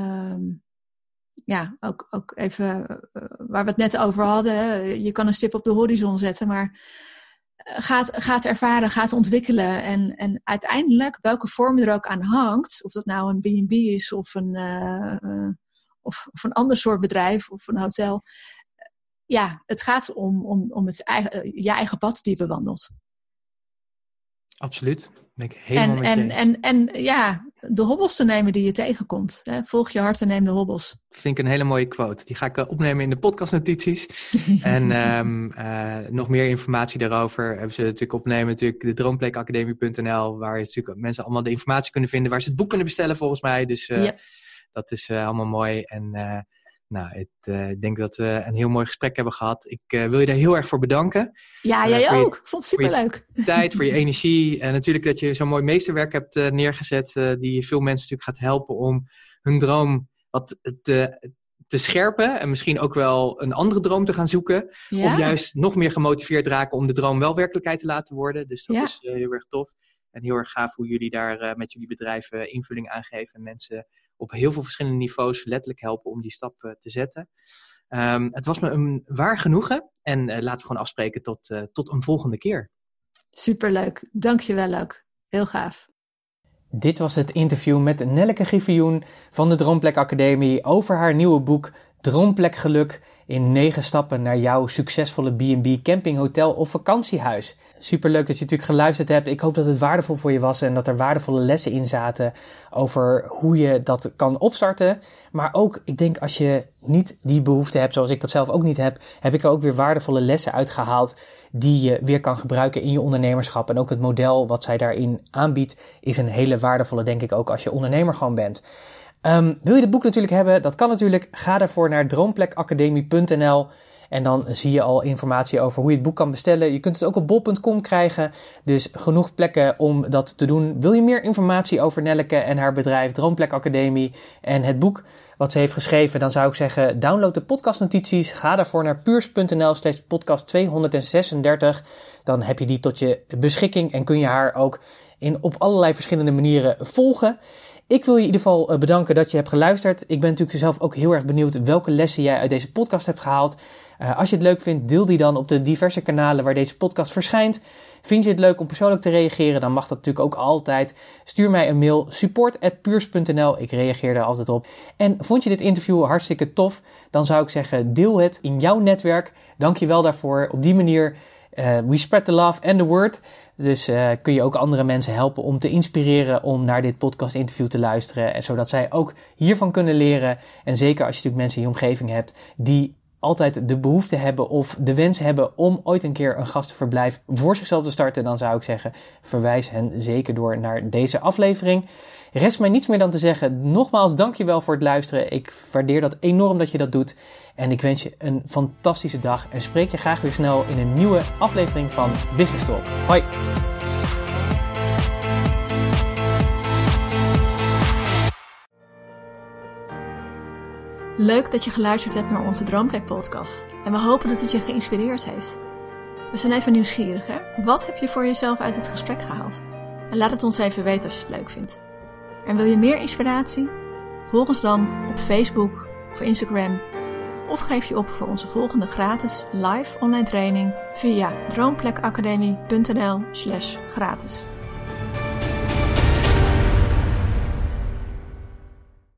Ook even waar we het net over hadden. Hè. Je kan een stip op de horizon zetten, maar gaat ervaren, gaat ontwikkelen. En uiteindelijk, welke vorm er ook aan hangt, of dat nou een B&B is of een ander soort bedrijf of een hotel. Het gaat om je eigen pad die je bewandelt. Absoluut. Ben ik helemaal met je eens. En de hobbels te nemen die je tegenkomt. Hè? Volg je hart en neem de hobbels. Vind ik een hele mooie quote. Die ga ik opnemen in de podcastnotities. En nog meer informatie daarover hebben ze natuurlijk opnemen. De droomplekacademie.nl, waar natuurlijk mensen allemaal de informatie kunnen vinden. Waar ze het boek kunnen bestellen volgens mij. Dus dat is allemaal mooi. En ik denk dat we een heel mooi gesprek hebben gehad. Ik wil je daar heel erg voor bedanken. Ja, jij ook. Ik vond het superleuk. Voor je tijd, voor je energie. En natuurlijk dat je zo'n mooi meesterwerk hebt neergezet. Die veel mensen natuurlijk gaat helpen om hun droom wat te scherpen. En misschien ook wel een andere droom te gaan zoeken. Ja. Of juist nog meer gemotiveerd raken om de droom wel werkelijkheid te laten worden. Dus dat is heel erg tof. En heel erg gaaf hoe jullie daar met jullie bedrijven invulling aan geven. En mensen op heel veel verschillende niveaus letterlijk helpen om die stap te zetten. Het was me een waar genoegen. En laten we gewoon afspreken tot een volgende keer. Superleuk. Dank je wel ook. Heel gaaf. Dit was het interview met Nelleke Griffioen van de Droomplek Academie over haar nieuwe boek Droomplek Geluk in 9 stappen naar jouw succesvolle B&B, camping, hotel of vakantiehuis. Superleuk dat je natuurlijk geluisterd hebt. Ik hoop dat het waardevol voor je was en dat er waardevolle lessen in zaten over hoe je dat kan opstarten. Maar ook, ik denk als je niet die behoefte hebt, zoals ik dat zelf ook niet heb, heb ik er ook weer waardevolle lessen uitgehaald die je weer kan gebruiken in je ondernemerschap. En ook het model wat zij daarin aanbiedt is een hele waardevolle, denk ik ook, als je ondernemer gewoon bent. Wil je het boek natuurlijk hebben? Dat kan natuurlijk. Ga daarvoor naar droomplekacademie.nl en dan zie je al informatie over hoe je het boek kan bestellen. Je kunt het ook op bol.com krijgen, dus genoeg plekken om dat te doen. Wil je meer informatie over Nelleke en haar bedrijf Droomplek Academie en het boek wat ze heeft geschreven, dan zou ik zeggen, download de podcastnotities. Ga daarvoor naar puurs.nl/podcast 236. Dan heb je die tot je beschikking en kun je haar ook op allerlei verschillende manieren volgen. Ik wil je in ieder geval bedanken dat je hebt geluisterd. Ik ben natuurlijk zelf ook heel erg benieuwd welke lessen jij uit deze podcast hebt gehaald. Als je het leuk vindt, deel die dan op de diverse kanalen waar deze podcast verschijnt. Vind je het leuk om persoonlijk te reageren, dan mag dat natuurlijk ook altijd. Stuur mij een mail, support@puurs.nl. Ik reageer daar altijd op. En vond je dit interview hartstikke tof, dan zou ik zeggen, deel het in jouw netwerk. Dank je wel daarvoor. Op die manier, we spread the love and the word. Dus kun je ook andere mensen helpen om te inspireren om naar dit podcast interview te luisteren. En zodat zij ook hiervan kunnen leren. En zeker als je natuurlijk mensen in je omgeving hebt die altijd de behoefte hebben of de wens hebben om ooit een keer een gastenverblijf voor zichzelf te starten, dan zou ik zeggen, verwijs hen zeker door naar deze aflevering. Rest mij niets meer dan te zeggen, nogmaals dankjewel voor het luisteren. Ik waardeer dat enorm dat je dat doet. En ik wens je een fantastische dag en spreek je graag weer snel in een nieuwe aflevering van Business Talk. Hoi! Leuk dat je geluisterd hebt naar onze Droomplek podcast. En we hopen dat het je geïnspireerd heeft. We zijn even nieuwsgierig, hè? Wat heb je voor jezelf uit het gesprek gehaald? En laat het ons even weten als je het leuk vindt. En wil je meer inspiratie? Volg ons dan op Facebook of Instagram. Of geef je op voor onze volgende gratis live online training via droomplekacademie.nl/gratis.